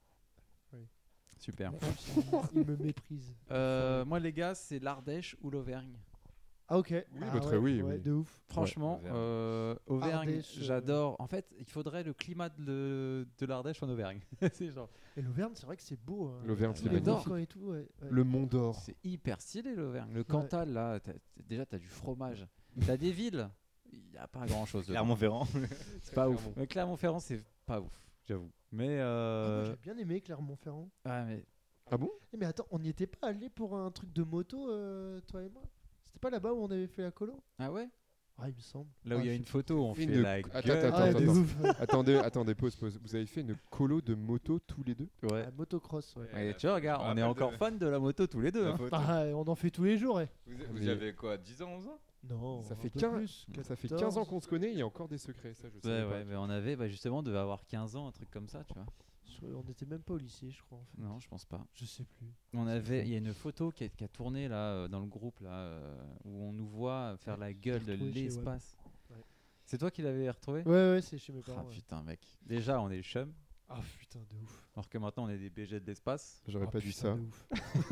Speaker 2: Super.
Speaker 1: Il me méprise.
Speaker 2: Moi, les gars, c'est l'Ardèche ou l'Auvergne.
Speaker 1: Ah, ok.
Speaker 4: Oui,
Speaker 1: Ah
Speaker 4: bah, très oui,
Speaker 1: ouais,
Speaker 4: oui.
Speaker 1: de ouf.
Speaker 2: Franchement, Auvergne,
Speaker 1: Ardèche,
Speaker 2: j'adore. En fait, il faudrait le climat de l'Ardèche en Auvergne. C'est genre,
Speaker 1: Et l'Auvergne, c'est vrai que c'est beau. Hein.
Speaker 4: L'Auvergne,
Speaker 1: Tous
Speaker 4: c'est
Speaker 1: les
Speaker 2: magnifique.
Speaker 1: volcans et tout, ouais.
Speaker 4: Le Mont d'Or.
Speaker 2: c'est hyper stylé l'Auvergne. Le Cantal, là, déjà, t'as du fromage. T'as des villes, il n'y a pas grand-chose. dedans.
Speaker 3: Clermont-Ferrand.
Speaker 2: C'est pas ouf. Mais Clermont-Ferrand, c'est pas ouf, j'avoue. Mais,
Speaker 1: Ah, moi, j'ai bien aimé Clermont-Ferrand.
Speaker 2: ouais, mais
Speaker 4: Ah bon?
Speaker 1: Mais attends, on n'y était pas allé pour un truc de moto, toi et moi? C'était pas là-bas où on avait fait la colo?
Speaker 2: Ah ouais?
Speaker 1: Ah, il me semble.
Speaker 2: Là où il y a une photo, on fait
Speaker 4: Une-
Speaker 2: la
Speaker 4: Attends,
Speaker 2: gueule.
Speaker 4: attends,
Speaker 1: Ah, de
Speaker 4: attends.
Speaker 1: ouf.
Speaker 4: Attendez, pause. Vous avez fait une colo de moto tous les deux?
Speaker 2: Ouais.
Speaker 1: Ah, motocross, ouais.
Speaker 2: Ouais, tu vois, regarde, on est encore fans de la moto tous les deux.
Speaker 3: La
Speaker 2: hein.
Speaker 3: photo.
Speaker 1: Bah, on en fait tous les jours, ouais.
Speaker 3: Vous
Speaker 4: Mais-
Speaker 3: avez quoi, 10 ans, 11 ans?
Speaker 1: Non,
Speaker 4: Ça
Speaker 1: un
Speaker 4: fait
Speaker 1: peu
Speaker 4: 15
Speaker 1: plus,
Speaker 4: Ça fait
Speaker 1: 14.
Speaker 4: 15 ans qu'on se connaît, il y a encore des secrets, ça je sais
Speaker 2: Ouais,
Speaker 4: pas.
Speaker 2: ouais, mais on avait, justement, on devait avoir 15 ans, un truc comme ça, tu vois.
Speaker 1: On n'était même pas au lycée, je crois. En fait.
Speaker 2: Non, je pense pas.
Speaker 1: Je sais plus.
Speaker 2: Il y a une photo qui a tourné là dans le groupe là où on nous voit faire la gueule de
Speaker 1: retrouvée chez Web.
Speaker 2: l'espace.
Speaker 1: Ouais.
Speaker 2: C'est toi qui l'avais retrouvé?
Speaker 1: Ouais, c'est chez mes
Speaker 2: Ah
Speaker 1: parents. Ouais.
Speaker 2: putain mec. Déjà on est le chum,
Speaker 1: Ah putain, de ouf.
Speaker 2: alors que maintenant on est des BG de l'espace.
Speaker 4: J'aurais
Speaker 1: Ah,
Speaker 4: pas dit
Speaker 1: putain,
Speaker 4: ça.
Speaker 1: de ouf.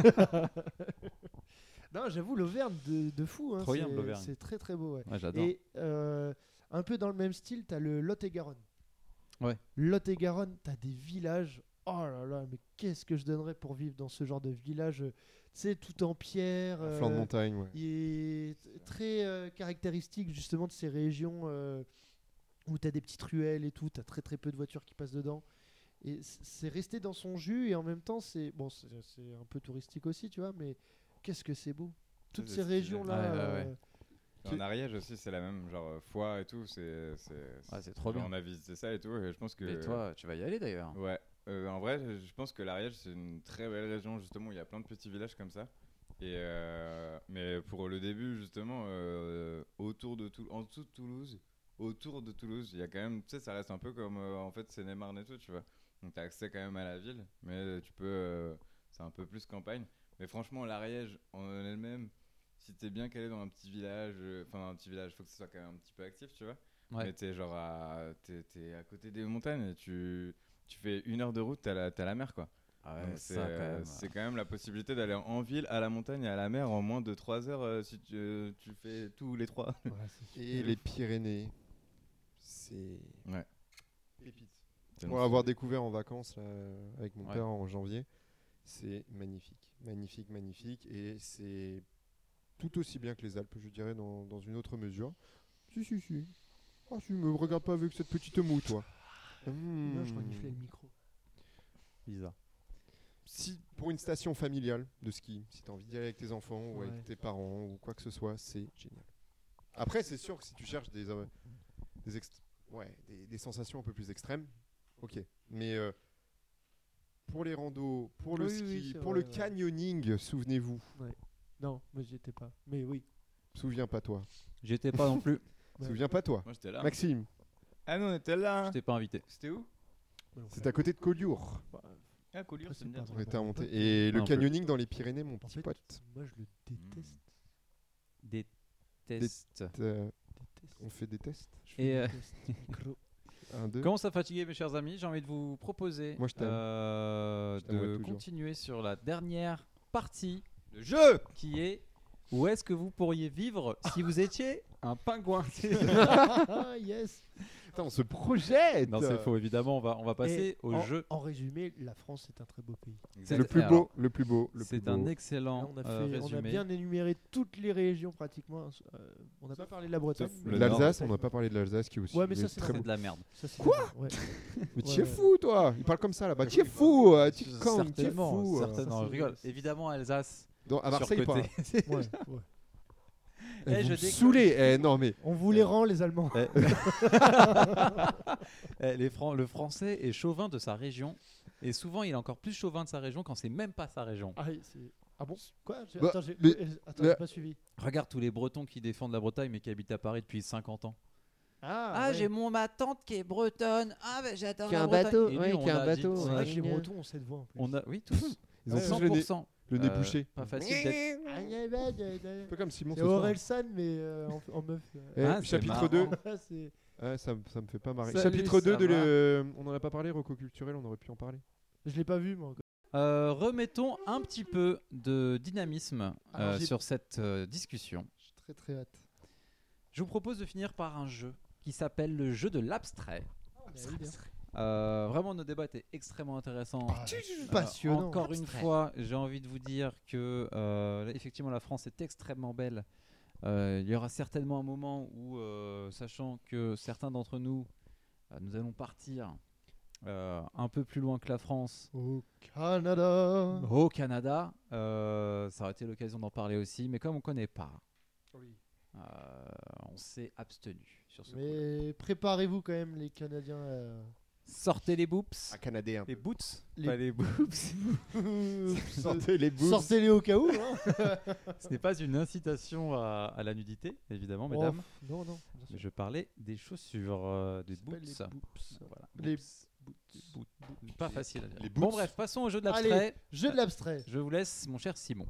Speaker 1: Non, j'avoue, l'Auvergne de fou. Hein,
Speaker 2: Trop bien,
Speaker 1: c'est-
Speaker 2: l'Auvergne.
Speaker 1: C'est très très beau. Ouais.
Speaker 2: Ouais, j'adore.
Speaker 1: Et un peu dans le même style, t'as le Lot-et-Garonne.
Speaker 2: Ouais.
Speaker 1: Lot-et-Garonne, t'as des villages. Oh là là, mais qu'est-ce que je donnerais pour vivre dans ce genre de village, tu sais, tout en pierre.
Speaker 4: Flanc de montagne, ouais.
Speaker 1: Il est très caractéristique justement de ces régions où tu as des petites ruelles et tout, tu as très très peu de voitures qui passent dedans. Et c'est resté dans son jus et en même temps, c'est un peu touristique aussi, tu vois, mais qu'est-ce que c'est beau. Toutes
Speaker 3: c'est
Speaker 1: ces
Speaker 3: stylé.
Speaker 1: régions-là.
Speaker 2: Ouais, ouais.
Speaker 3: En Ariège aussi, c'est la même, genre Foix et tout.
Speaker 2: C'est trop bien.
Speaker 3: On a visité ça et tout, et je pense que.
Speaker 2: Et toi, tu vas y aller d'ailleurs.
Speaker 3: Ouais. En vrai, je pense que l'Ariège, c'est une très belle région, justement, où il y a plein de petits villages comme ça. Et mais pour le début, justement, en dessous de Toulouse, autour de Toulouse, il y a quand même, tu sais, ça reste un peu comme en fait Seine-et-Marne et tout, tu vois. Donc t'as accès quand même à la ville, mais tu peux, c'est un peu plus campagne. Mais franchement, l'Ariège en elle-même, si t'es bien calé dans un petit village, enfin un petit village, faut que ce soit quand même un petit peu actif, tu vois.
Speaker 2: Ouais.
Speaker 3: Mais t'es genre t'es à côté des montagnes et tu fais 1 heure de route, t'as la mer, quoi.
Speaker 2: Ah
Speaker 3: Donc
Speaker 2: ça quand même.
Speaker 3: c'est quand même la possibilité d'aller en ville, à la montagne et à la mer en moins de 3 heures si tu fais tous les 3.
Speaker 1: Ouais, c'est
Speaker 4: Et les Pyrénées, c'est
Speaker 3: Ouais.
Speaker 4: pépite. Pour l'avoir découvert en vacances là, avec mon père en janvier, c'est magnifique, magnifique, magnifique, et c'est tout aussi bien que les Alpes, je dirais, dans une autre mesure. Si. Ah si, me regarde pas avec cette petite moue, toi.
Speaker 1: Moi, je reniflais le micro.
Speaker 2: Bizarre.
Speaker 4: Si pour une station familiale de ski, si tu as envie d'y aller avec tes enfants ou
Speaker 1: Ouais.
Speaker 4: avec tes parents ou quoi que ce soit, c'est génial. Après, c'est sûr que si tu cherches des sensations un peu plus extrêmes, ok. Mais pour les randos, pour le
Speaker 1: Oui,
Speaker 4: ski,
Speaker 1: oui, c'est
Speaker 4: pour
Speaker 1: vrai,
Speaker 4: le
Speaker 1: ouais.
Speaker 4: canyoning, souvenez-vous.
Speaker 1: Non, moi j'y étais pas. Mais oui.
Speaker 4: Souviens pas toi.
Speaker 2: J'étais pas non plus.
Speaker 1: Ouais.
Speaker 4: Souviens pas toi.
Speaker 3: Moi j'étais là.
Speaker 4: Maxime,
Speaker 3: Ah non, on était là.
Speaker 2: J'étais pas invité.
Speaker 3: C'était où?
Speaker 4: c'est à côté de Collioure.
Speaker 3: Ah, Collioure,
Speaker 1: Après,
Speaker 3: c'est bien.
Speaker 1: c'est
Speaker 4: On
Speaker 1: pas
Speaker 4: était à
Speaker 1: vraiment
Speaker 4: monter.
Speaker 1: pote.
Speaker 4: Et le
Speaker 2: Non plus.
Speaker 4: canyoning dans les Pyrénées, mon
Speaker 1: En
Speaker 4: petit
Speaker 1: fait,
Speaker 4: pote.
Speaker 1: moi je le déteste.
Speaker 2: Déteste.
Speaker 4: On fait des tests.
Speaker 1: Je
Speaker 2: Et,
Speaker 1: déteste le micro.
Speaker 4: 1, 2.
Speaker 2: Commence à fatiguer mes chers amis, j'ai envie de vous proposer
Speaker 4: Moi, je t'aime. Je t'aimerai
Speaker 2: de
Speaker 4: toujours.
Speaker 2: continuer sur la dernière partie
Speaker 3: Le jeu.
Speaker 2: qui est où est-ce que vous pourriez vivre si vous étiez un pingouin.
Speaker 1: Ah yes.
Speaker 4: Putain, on se projette.
Speaker 2: Non, c'est faux, évidemment, on va passer
Speaker 1: Et
Speaker 2: au jeu.
Speaker 1: En résumé, la France est un très beau pays.
Speaker 2: C'est
Speaker 4: Le plus
Speaker 2: alors,
Speaker 4: beau, le plus beau, le plus
Speaker 2: C'est
Speaker 4: beau.
Speaker 2: un
Speaker 1: Là,
Speaker 2: excellent
Speaker 1: on a
Speaker 2: résumé.
Speaker 1: bien énuméré toutes les régions pratiquement. On n'a pas parlé de la Bretagne.
Speaker 3: Sauf
Speaker 1: mais-
Speaker 3: le
Speaker 4: L'Alsace, on n'a pas parlé de l'Alsace qui est aussi
Speaker 1: Ouais, mais ça, c'est
Speaker 4: très
Speaker 2: C'est
Speaker 4: beau.
Speaker 2: de la merde.
Speaker 1: Ça, c'est
Speaker 4: Quoi
Speaker 1: ouais.
Speaker 4: Mais tu
Speaker 1: Ouais,
Speaker 4: es fou, toi. Il parle comme ça là-bas. Tu es fou. Tu es con, tu es
Speaker 2: Certainement,
Speaker 4: fou.
Speaker 2: certainement.
Speaker 1: Ça,
Speaker 2: Je
Speaker 1: c'est-
Speaker 2: rigole. Évidemment, Alsace.
Speaker 4: À Marseille, pas.
Speaker 2: surcoté.
Speaker 1: Ouais, ouais.
Speaker 4: Eh,
Speaker 2: Eh,
Speaker 4: vous
Speaker 2: je
Speaker 4: me
Speaker 2: déconne.
Speaker 4: saoulez. Eh, non, mais
Speaker 1: On vous les rend, les Allemands.
Speaker 2: Le français est chauvin de sa région. Et souvent, il est encore plus chauvin de sa région quand c'est même pas sa région.
Speaker 1: Ah bon Quoi
Speaker 4: Bah,
Speaker 1: Attends, j'ai
Speaker 4: mais-
Speaker 1: j'ai pas suivi.
Speaker 2: Regarde tous les Bretons qui défendent la Bretagne mais qui habitent à Paris depuis 50 ans.
Speaker 1: Ah, ouais.
Speaker 2: j'ai ma tante qui est bretonne. Ah, bah, j'adore
Speaker 4: Qui a
Speaker 2: la
Speaker 4: un
Speaker 2: Bretagne.
Speaker 4: bateau,
Speaker 2: Et lui,
Speaker 4: ouais,
Speaker 2: on
Speaker 4: qui a un
Speaker 2: a dit-
Speaker 4: bateau,
Speaker 1: C'est
Speaker 2: on a-
Speaker 1: vrai que les Bretons ont cette voix en plus.
Speaker 2: on a, oui, tous.
Speaker 4: ils ont
Speaker 1: Ouais.
Speaker 4: tous le nez,
Speaker 2: 100%.
Speaker 4: le nez bouché.
Speaker 2: Pas facile d'être.
Speaker 4: Un peu comme Simon ce
Speaker 1: C'est
Speaker 4: soir.
Speaker 1: Orelsan, mais en meuf.
Speaker 4: Eh,
Speaker 2: Ah, c'est
Speaker 4: chapitre
Speaker 2: marrant.
Speaker 4: 2.
Speaker 1: C'est-
Speaker 4: Ouais, ça me fait pas marrer.
Speaker 2: Salut,
Speaker 4: Chapitre 2
Speaker 2: ça
Speaker 4: de
Speaker 2: va
Speaker 4: on n'en a pas parlé, Reco culturel, on aurait pu en parler.
Speaker 1: Je l'ai pas vu, moi. Encore.
Speaker 2: Remettons un petit peu de dynamisme
Speaker 1: Alors, j'ai-
Speaker 2: sur cette discussion.
Speaker 1: J'ai très très hâte.
Speaker 2: Je vous propose de finir par un jeu qui s'appelle le jeu de l'abstrait.
Speaker 1: Ouais, bien.
Speaker 2: Vraiment, nos débats étaient extrêmement intéressants.
Speaker 1: Passionnant.
Speaker 2: Encore une fois, j'ai envie de vous dire que effectivement la France est extrêmement belle. Il y aura certainement un moment où, sachant que certains d'entre nous, nous allons partir un peu plus loin que la France,
Speaker 1: Au Canada.
Speaker 2: au Canada. Ça aurait été l'occasion d'en parler aussi, mais comme on connaît pas, on s'est abstenu sur ce coup.
Speaker 1: Mais préparez-vous quand même, les Canadiens.
Speaker 2: Sortez les boops.
Speaker 4: Un Canadien.
Speaker 2: Les boots
Speaker 1: Les-
Speaker 2: Pas les boops.
Speaker 4: Sortez les bouts.
Speaker 1: Sortez-les au cas où. Hein.
Speaker 2: Ce n'est pas une incitation à la nudité, évidemment,
Speaker 1: Oh,
Speaker 2: mesdames.
Speaker 1: non, non. bien sûr.
Speaker 2: Mais je parlais des chaussures, des
Speaker 1: Ça s'appelle
Speaker 2: boots.
Speaker 1: les boots.
Speaker 2: Voilà,
Speaker 1: Les
Speaker 2: boots. Pas facile à dire.
Speaker 4: Les
Speaker 2: Bon
Speaker 4: boots.
Speaker 2: bref, passons au jeu de
Speaker 1: Allez.
Speaker 2: l'abstrait.
Speaker 1: Jeu de l'abstrait.
Speaker 2: Je vous laisse, mon cher Simon.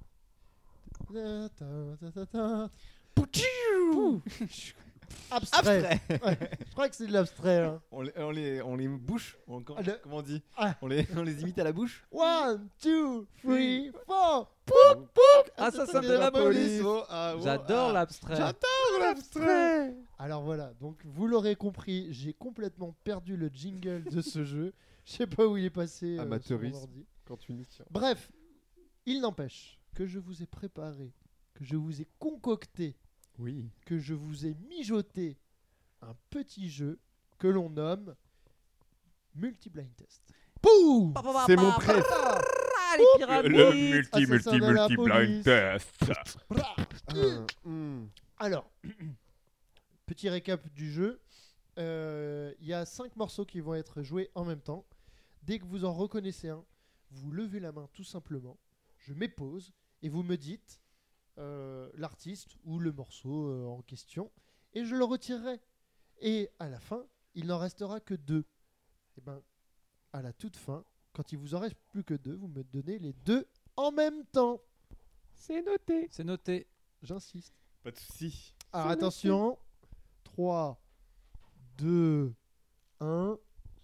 Speaker 1: Abstrait. Ouais, je crois que c'est de l'abstrait. Hein.
Speaker 3: On les bouche
Speaker 1: Ah, le-
Speaker 3: Comment on dit
Speaker 1: Ah.
Speaker 3: on les imite à la bouche
Speaker 1: 1, 2, 3, 4.
Speaker 2: Ah, ça
Speaker 1: c'est
Speaker 2: sonne de
Speaker 1: de
Speaker 2: la
Speaker 1: la
Speaker 2: police.
Speaker 3: Ah,
Speaker 2: J'adore l'abstrait.
Speaker 1: J'adore l'abstrait. Alors voilà, donc vous l'aurez compris, j'ai complètement perdu le jingle de ce jeu. Je sais pas où il est passé. Sur mon
Speaker 4: Amateurisme.
Speaker 1: ordi.
Speaker 4: Quand tu n'y tiens.
Speaker 1: Bref, il n'empêche que je vous ai préparé, que je vous ai concocté,
Speaker 2: Oui.
Speaker 1: que je vous ai mijoté un petit jeu que l'on nomme Multi-Blind Test. Pouh.
Speaker 4: C'est mon préf.
Speaker 2: Ah, les pyramides.
Speaker 1: Assassin de la police.
Speaker 3: test.
Speaker 1: Bra.
Speaker 4: Hmm.
Speaker 1: Alors, petit récap du jeu. Il y a 5 morceaux qui vont être joués en même temps. Dès que vous en reconnaissez un, vous levez la main tout simplement. Je mets pause et vous me dites l'artiste ou le morceau en question et je le retirerai. Et à la fin, il n'en restera que 2. Et ben, à la toute fin, quand il vous en reste plus que 2, vous me donnez les 2 en même temps.
Speaker 4: C'est noté.
Speaker 2: C'est noté.
Speaker 1: J'insiste.
Speaker 3: Pas de soucis.
Speaker 1: Alors attention, 3, 2, 1.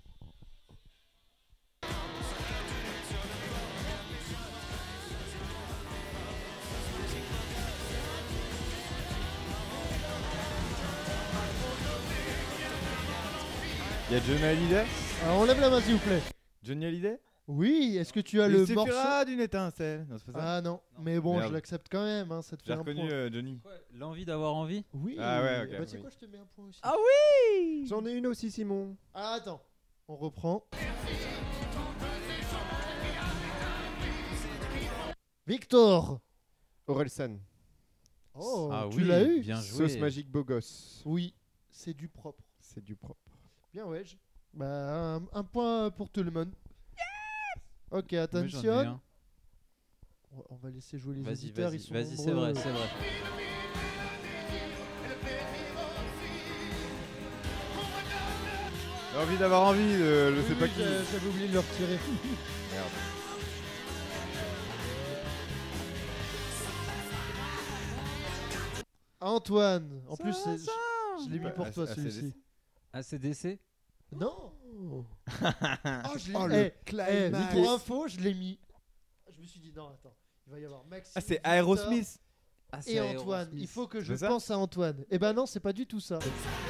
Speaker 3: Il y a Johnny Hallyday.
Speaker 1: Alors on lève la main s'il vous plaît.
Speaker 3: Johnny Hallyday.
Speaker 1: Oui, est-ce que tu as le
Speaker 3: Il
Speaker 1: morceau
Speaker 3: suffira d'une étincelle. Non, c'est pas ça.
Speaker 1: Ah non, mais bon,
Speaker 3: Merde.
Speaker 1: je l'accepte quand même, hein, ça te fait
Speaker 3: J'ai
Speaker 1: un
Speaker 3: reconnu
Speaker 1: point.
Speaker 3: Johnny.
Speaker 2: L'envie d'avoir envie.
Speaker 1: Oui,
Speaker 3: Ah ouais, ok.
Speaker 1: bah, tu sais
Speaker 4: Oui.
Speaker 1: quoi, je te mets un point aussi.
Speaker 2: Ah
Speaker 1: oui.
Speaker 4: J'en ai une aussi, Simon.
Speaker 1: Ah, attends, on reprend. Victor.
Speaker 4: Orelsan.
Speaker 1: Oh,
Speaker 2: Ah
Speaker 1: tu
Speaker 2: oui,
Speaker 1: l'as eu.
Speaker 2: bien joué.
Speaker 4: Sauce magique beau gosse.
Speaker 1: Oui, c'est du propre.
Speaker 4: C'est du propre.
Speaker 1: Bien ouais. Bah un point pour tout le monde. Ok,
Speaker 2: Mais j'en ai
Speaker 1: attention.
Speaker 2: un.
Speaker 1: On va laisser jouer les
Speaker 2: Vas-y,
Speaker 1: auditeurs, ils
Speaker 2: vas-y,
Speaker 1: sont
Speaker 2: vas-y, c'est
Speaker 1: nombreux.
Speaker 2: vrai, c'est vrai.
Speaker 3: J'ai envie d'avoir envie de je sais
Speaker 1: Oui,
Speaker 3: pas
Speaker 1: oui,
Speaker 3: qui.
Speaker 1: J'avais oublié de le retirer.
Speaker 3: Merde.
Speaker 1: Antoine, en plus je l'ai mis pour
Speaker 3: Bah,
Speaker 1: toi
Speaker 3: ACDC.
Speaker 1: celui-ci.
Speaker 2: ACDC.
Speaker 1: Non. Oh, je l'ai
Speaker 4: Oh,
Speaker 1: mis.
Speaker 4: le climax.
Speaker 1: Pour info, je l'ai mis. Je me suis dit non, attends, il va y avoir Maxime.
Speaker 3: Ah, c'est
Speaker 1: Victor
Speaker 3: Aerosmith.
Speaker 2: Ah,
Speaker 1: et Antoine. Il faut que je
Speaker 3: C'est ça
Speaker 1: pense à Antoine. Eh ben non, c'est pas du tout ça.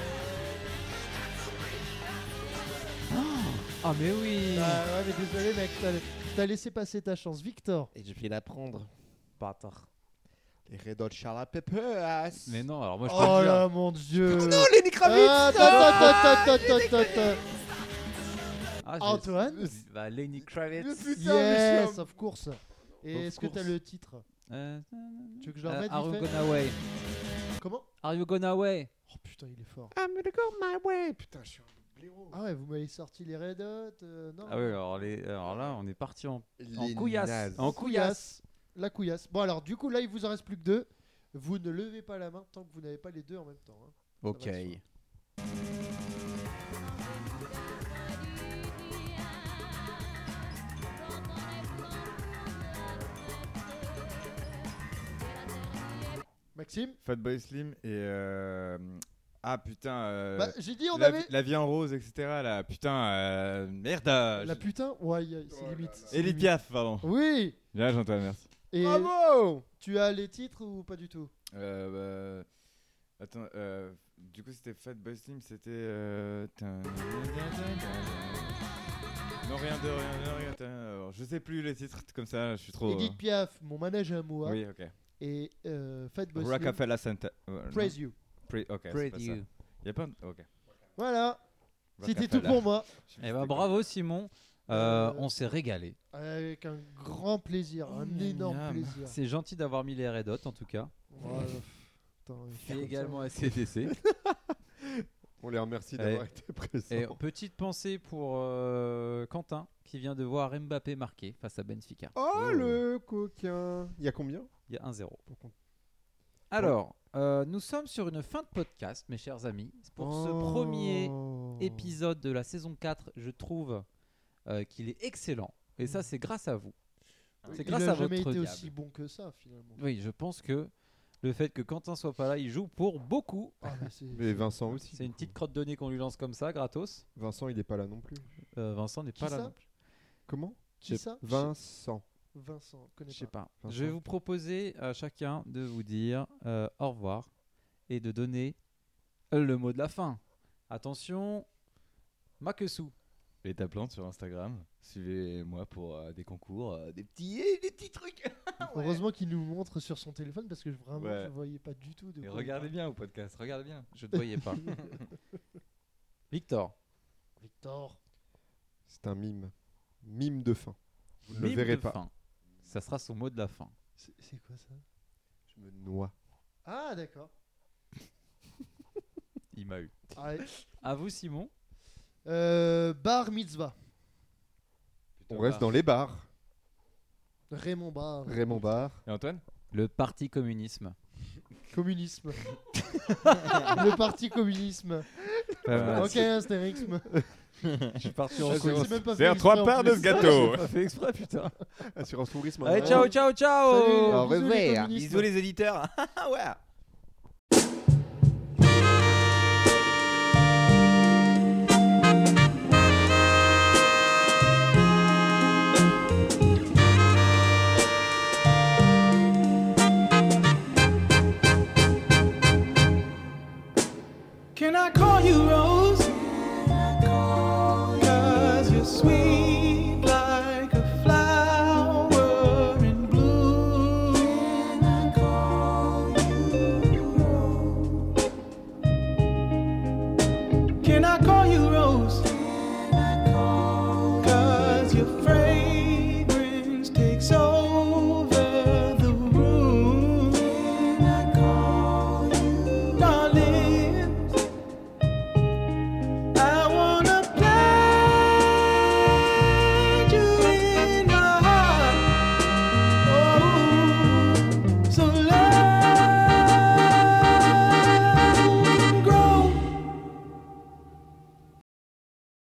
Speaker 2: Ah mais oui.
Speaker 1: Ah ouais, mais désolé mec, t'as laissé passer ta chance. Victor.
Speaker 4: Et je vais la prendre.
Speaker 2: Bâtard.
Speaker 4: Les Red Hot Chili Peppers.
Speaker 2: Mais non, alors moi je
Speaker 1: Oh
Speaker 2: te jure.
Speaker 1: là mon dieu.
Speaker 4: Oh non, Lenny Kravitz.
Speaker 1: Attends.
Speaker 2: Ah, j'ai-
Speaker 1: Antoine.
Speaker 2: Bah Lenny Kravitz.
Speaker 1: Yes, of course. Et
Speaker 2: Of
Speaker 1: est-ce que t'as
Speaker 2: course.
Speaker 1: le titre? Tu veux que je le remette
Speaker 2: Are you
Speaker 1: vite fait
Speaker 2: gonna away?
Speaker 1: Comment?
Speaker 2: Are you gonna away?
Speaker 1: Oh putain, il est fort.
Speaker 4: I'm gonna go my way. Putain, je suis un blaireau.
Speaker 1: Ah ouais, vous m'avez sorti les Red Hot, non?
Speaker 2: Ah oui, alors là on est parti en
Speaker 4: Les
Speaker 2: couillasse.
Speaker 4: nazes.
Speaker 2: En couillasse.
Speaker 1: La couillasse. Bon alors, du coup là, il vous en reste plus que 2. Vous ne levez pas la main tant que vous n'avez pas les 2 en même temps. Hein.
Speaker 2: Ok.
Speaker 1: va de soi. Maxime?
Speaker 3: Fatboy Slim et ah putain.
Speaker 1: Bah, j'ai dit on
Speaker 3: la,
Speaker 1: avait...
Speaker 3: la vie en rose, etc. Là, putain, merde.
Speaker 1: La putain? Ouais, c'est limite. c'est
Speaker 3: Edith
Speaker 1: limite.
Speaker 3: Piaf, pardon.
Speaker 1: Oui!
Speaker 3: Bien, Jean-Antoine, merci.
Speaker 1: Et
Speaker 4: Bravo.
Speaker 1: tu as les titres ou pas du tout?
Speaker 3: Attends, du coup, c'était Fatboy Slim, c'était. Non, rien de rien. Alors, je sais plus les titres comme ça, je suis trop.
Speaker 1: Edith Piaf, Mon manège à moi.
Speaker 3: Oui, ok.
Speaker 1: Et Fatboy Slim,
Speaker 3: Rockefeller Center.
Speaker 1: Praise You.
Speaker 3: Ok, c'est
Speaker 2: Praise
Speaker 3: pas ça.
Speaker 2: you.
Speaker 3: Y a pas. Ok.
Speaker 1: Voilà. C'était tout pour moi.
Speaker 2: Eh ben, bravo Simon. On s'est régalé.
Speaker 1: Avec un grand plaisir, un énorme
Speaker 2: Miam.
Speaker 1: plaisir.
Speaker 2: C'est gentil d'avoir mis les Red Hot en tout cas.
Speaker 1: Ouais, attends, il fait
Speaker 2: Et
Speaker 1: comme
Speaker 2: également
Speaker 1: ça.
Speaker 2: SCDC.
Speaker 4: On les remercie d'avoir été présents.
Speaker 2: Et petite pensée pour Quentin qui vient de voir Mbappé marquer face à Benfica.
Speaker 4: Oh, le coquin. Il y a combien?
Speaker 2: Il y a 1-0.
Speaker 4: Pour qu'on-
Speaker 2: Alors, nous sommes sur une fin de podcast, mes chers amis. Pour ce premier épisode de la saison 4, je trouve qu'il est excellent. Et ça, c'est grâce à vous. C'est
Speaker 1: Il
Speaker 2: grâce
Speaker 1: a
Speaker 2: à
Speaker 1: jamais
Speaker 2: votre
Speaker 1: été
Speaker 2: diable.
Speaker 1: aussi bon que ça finalement.
Speaker 2: Oui, je pense que le fait que Quentin soit pas là, il joue pour beaucoup.
Speaker 1: Ah, mais c'est-
Speaker 4: Mais Vincent aussi.
Speaker 2: C'est une petite crotte de nez qu'on lui lance comme ça, gratos.
Speaker 4: Vincent, il est pas là non plus.
Speaker 2: Vincent n'est
Speaker 1: Qui
Speaker 2: pas là
Speaker 1: ça
Speaker 2: non plus.
Speaker 4: Comment?
Speaker 1: Qui ça
Speaker 4: Vincent.
Speaker 1: Vincent, connais
Speaker 2: Je sais
Speaker 1: pas.
Speaker 2: pas.
Speaker 4: Vincent.
Speaker 2: Je vais vous proposer à chacun de vous dire au revoir et de donner le mot de la fin. Attention, Makesou.
Speaker 3: L'état plante sur Instagram. Suivez-moi pour des concours, des petits trucs.
Speaker 1: Heureusement qu'il nous montre sur son téléphone parce que vraiment
Speaker 3: Ouais.
Speaker 1: je voyais pas du tout de
Speaker 3: Et
Speaker 1: quoi il
Speaker 3: regardez
Speaker 1: parle.
Speaker 3: bien au podcast, regardez bien.
Speaker 2: Je ne voyais pas. Victor.
Speaker 1: Victor.
Speaker 4: C'est un mime. Mime de fin. Vous ne le
Speaker 2: Mime
Speaker 4: verrez
Speaker 2: de
Speaker 4: pas.
Speaker 2: fin. Ça sera son mot de la fin.
Speaker 1: C'est quoi ça?
Speaker 4: Je me noie.
Speaker 1: Ah d'accord.
Speaker 2: Il m'a eu.
Speaker 1: Ah, ouais.
Speaker 2: À vous, Simon.
Speaker 1: Bar mitzvah.
Speaker 4: On reste dans les bars.
Speaker 1: Raymond Bar.
Speaker 4: Raymond Bar.
Speaker 3: Et Antoine?
Speaker 2: Le parti communisme.
Speaker 1: Communisme. Le parti communisme. Ok, astérixme.
Speaker 2: Je suis parti en
Speaker 1: Je
Speaker 2: couille.
Speaker 1: sais même pas
Speaker 3: Faire
Speaker 1: fait
Speaker 3: trois
Speaker 1: exprès, en
Speaker 3: parts de
Speaker 1: plus.
Speaker 3: ce gâteau.
Speaker 2: J'ai pas fait exprès, putain.
Speaker 4: Assurance tourisme.
Speaker 2: Allez, ciao, ciao, ciao.
Speaker 1: Salut,
Speaker 4: Au
Speaker 1: bisous les
Speaker 4: revoir.
Speaker 1: communistes.
Speaker 3: Bisous les éditeurs. Ouais.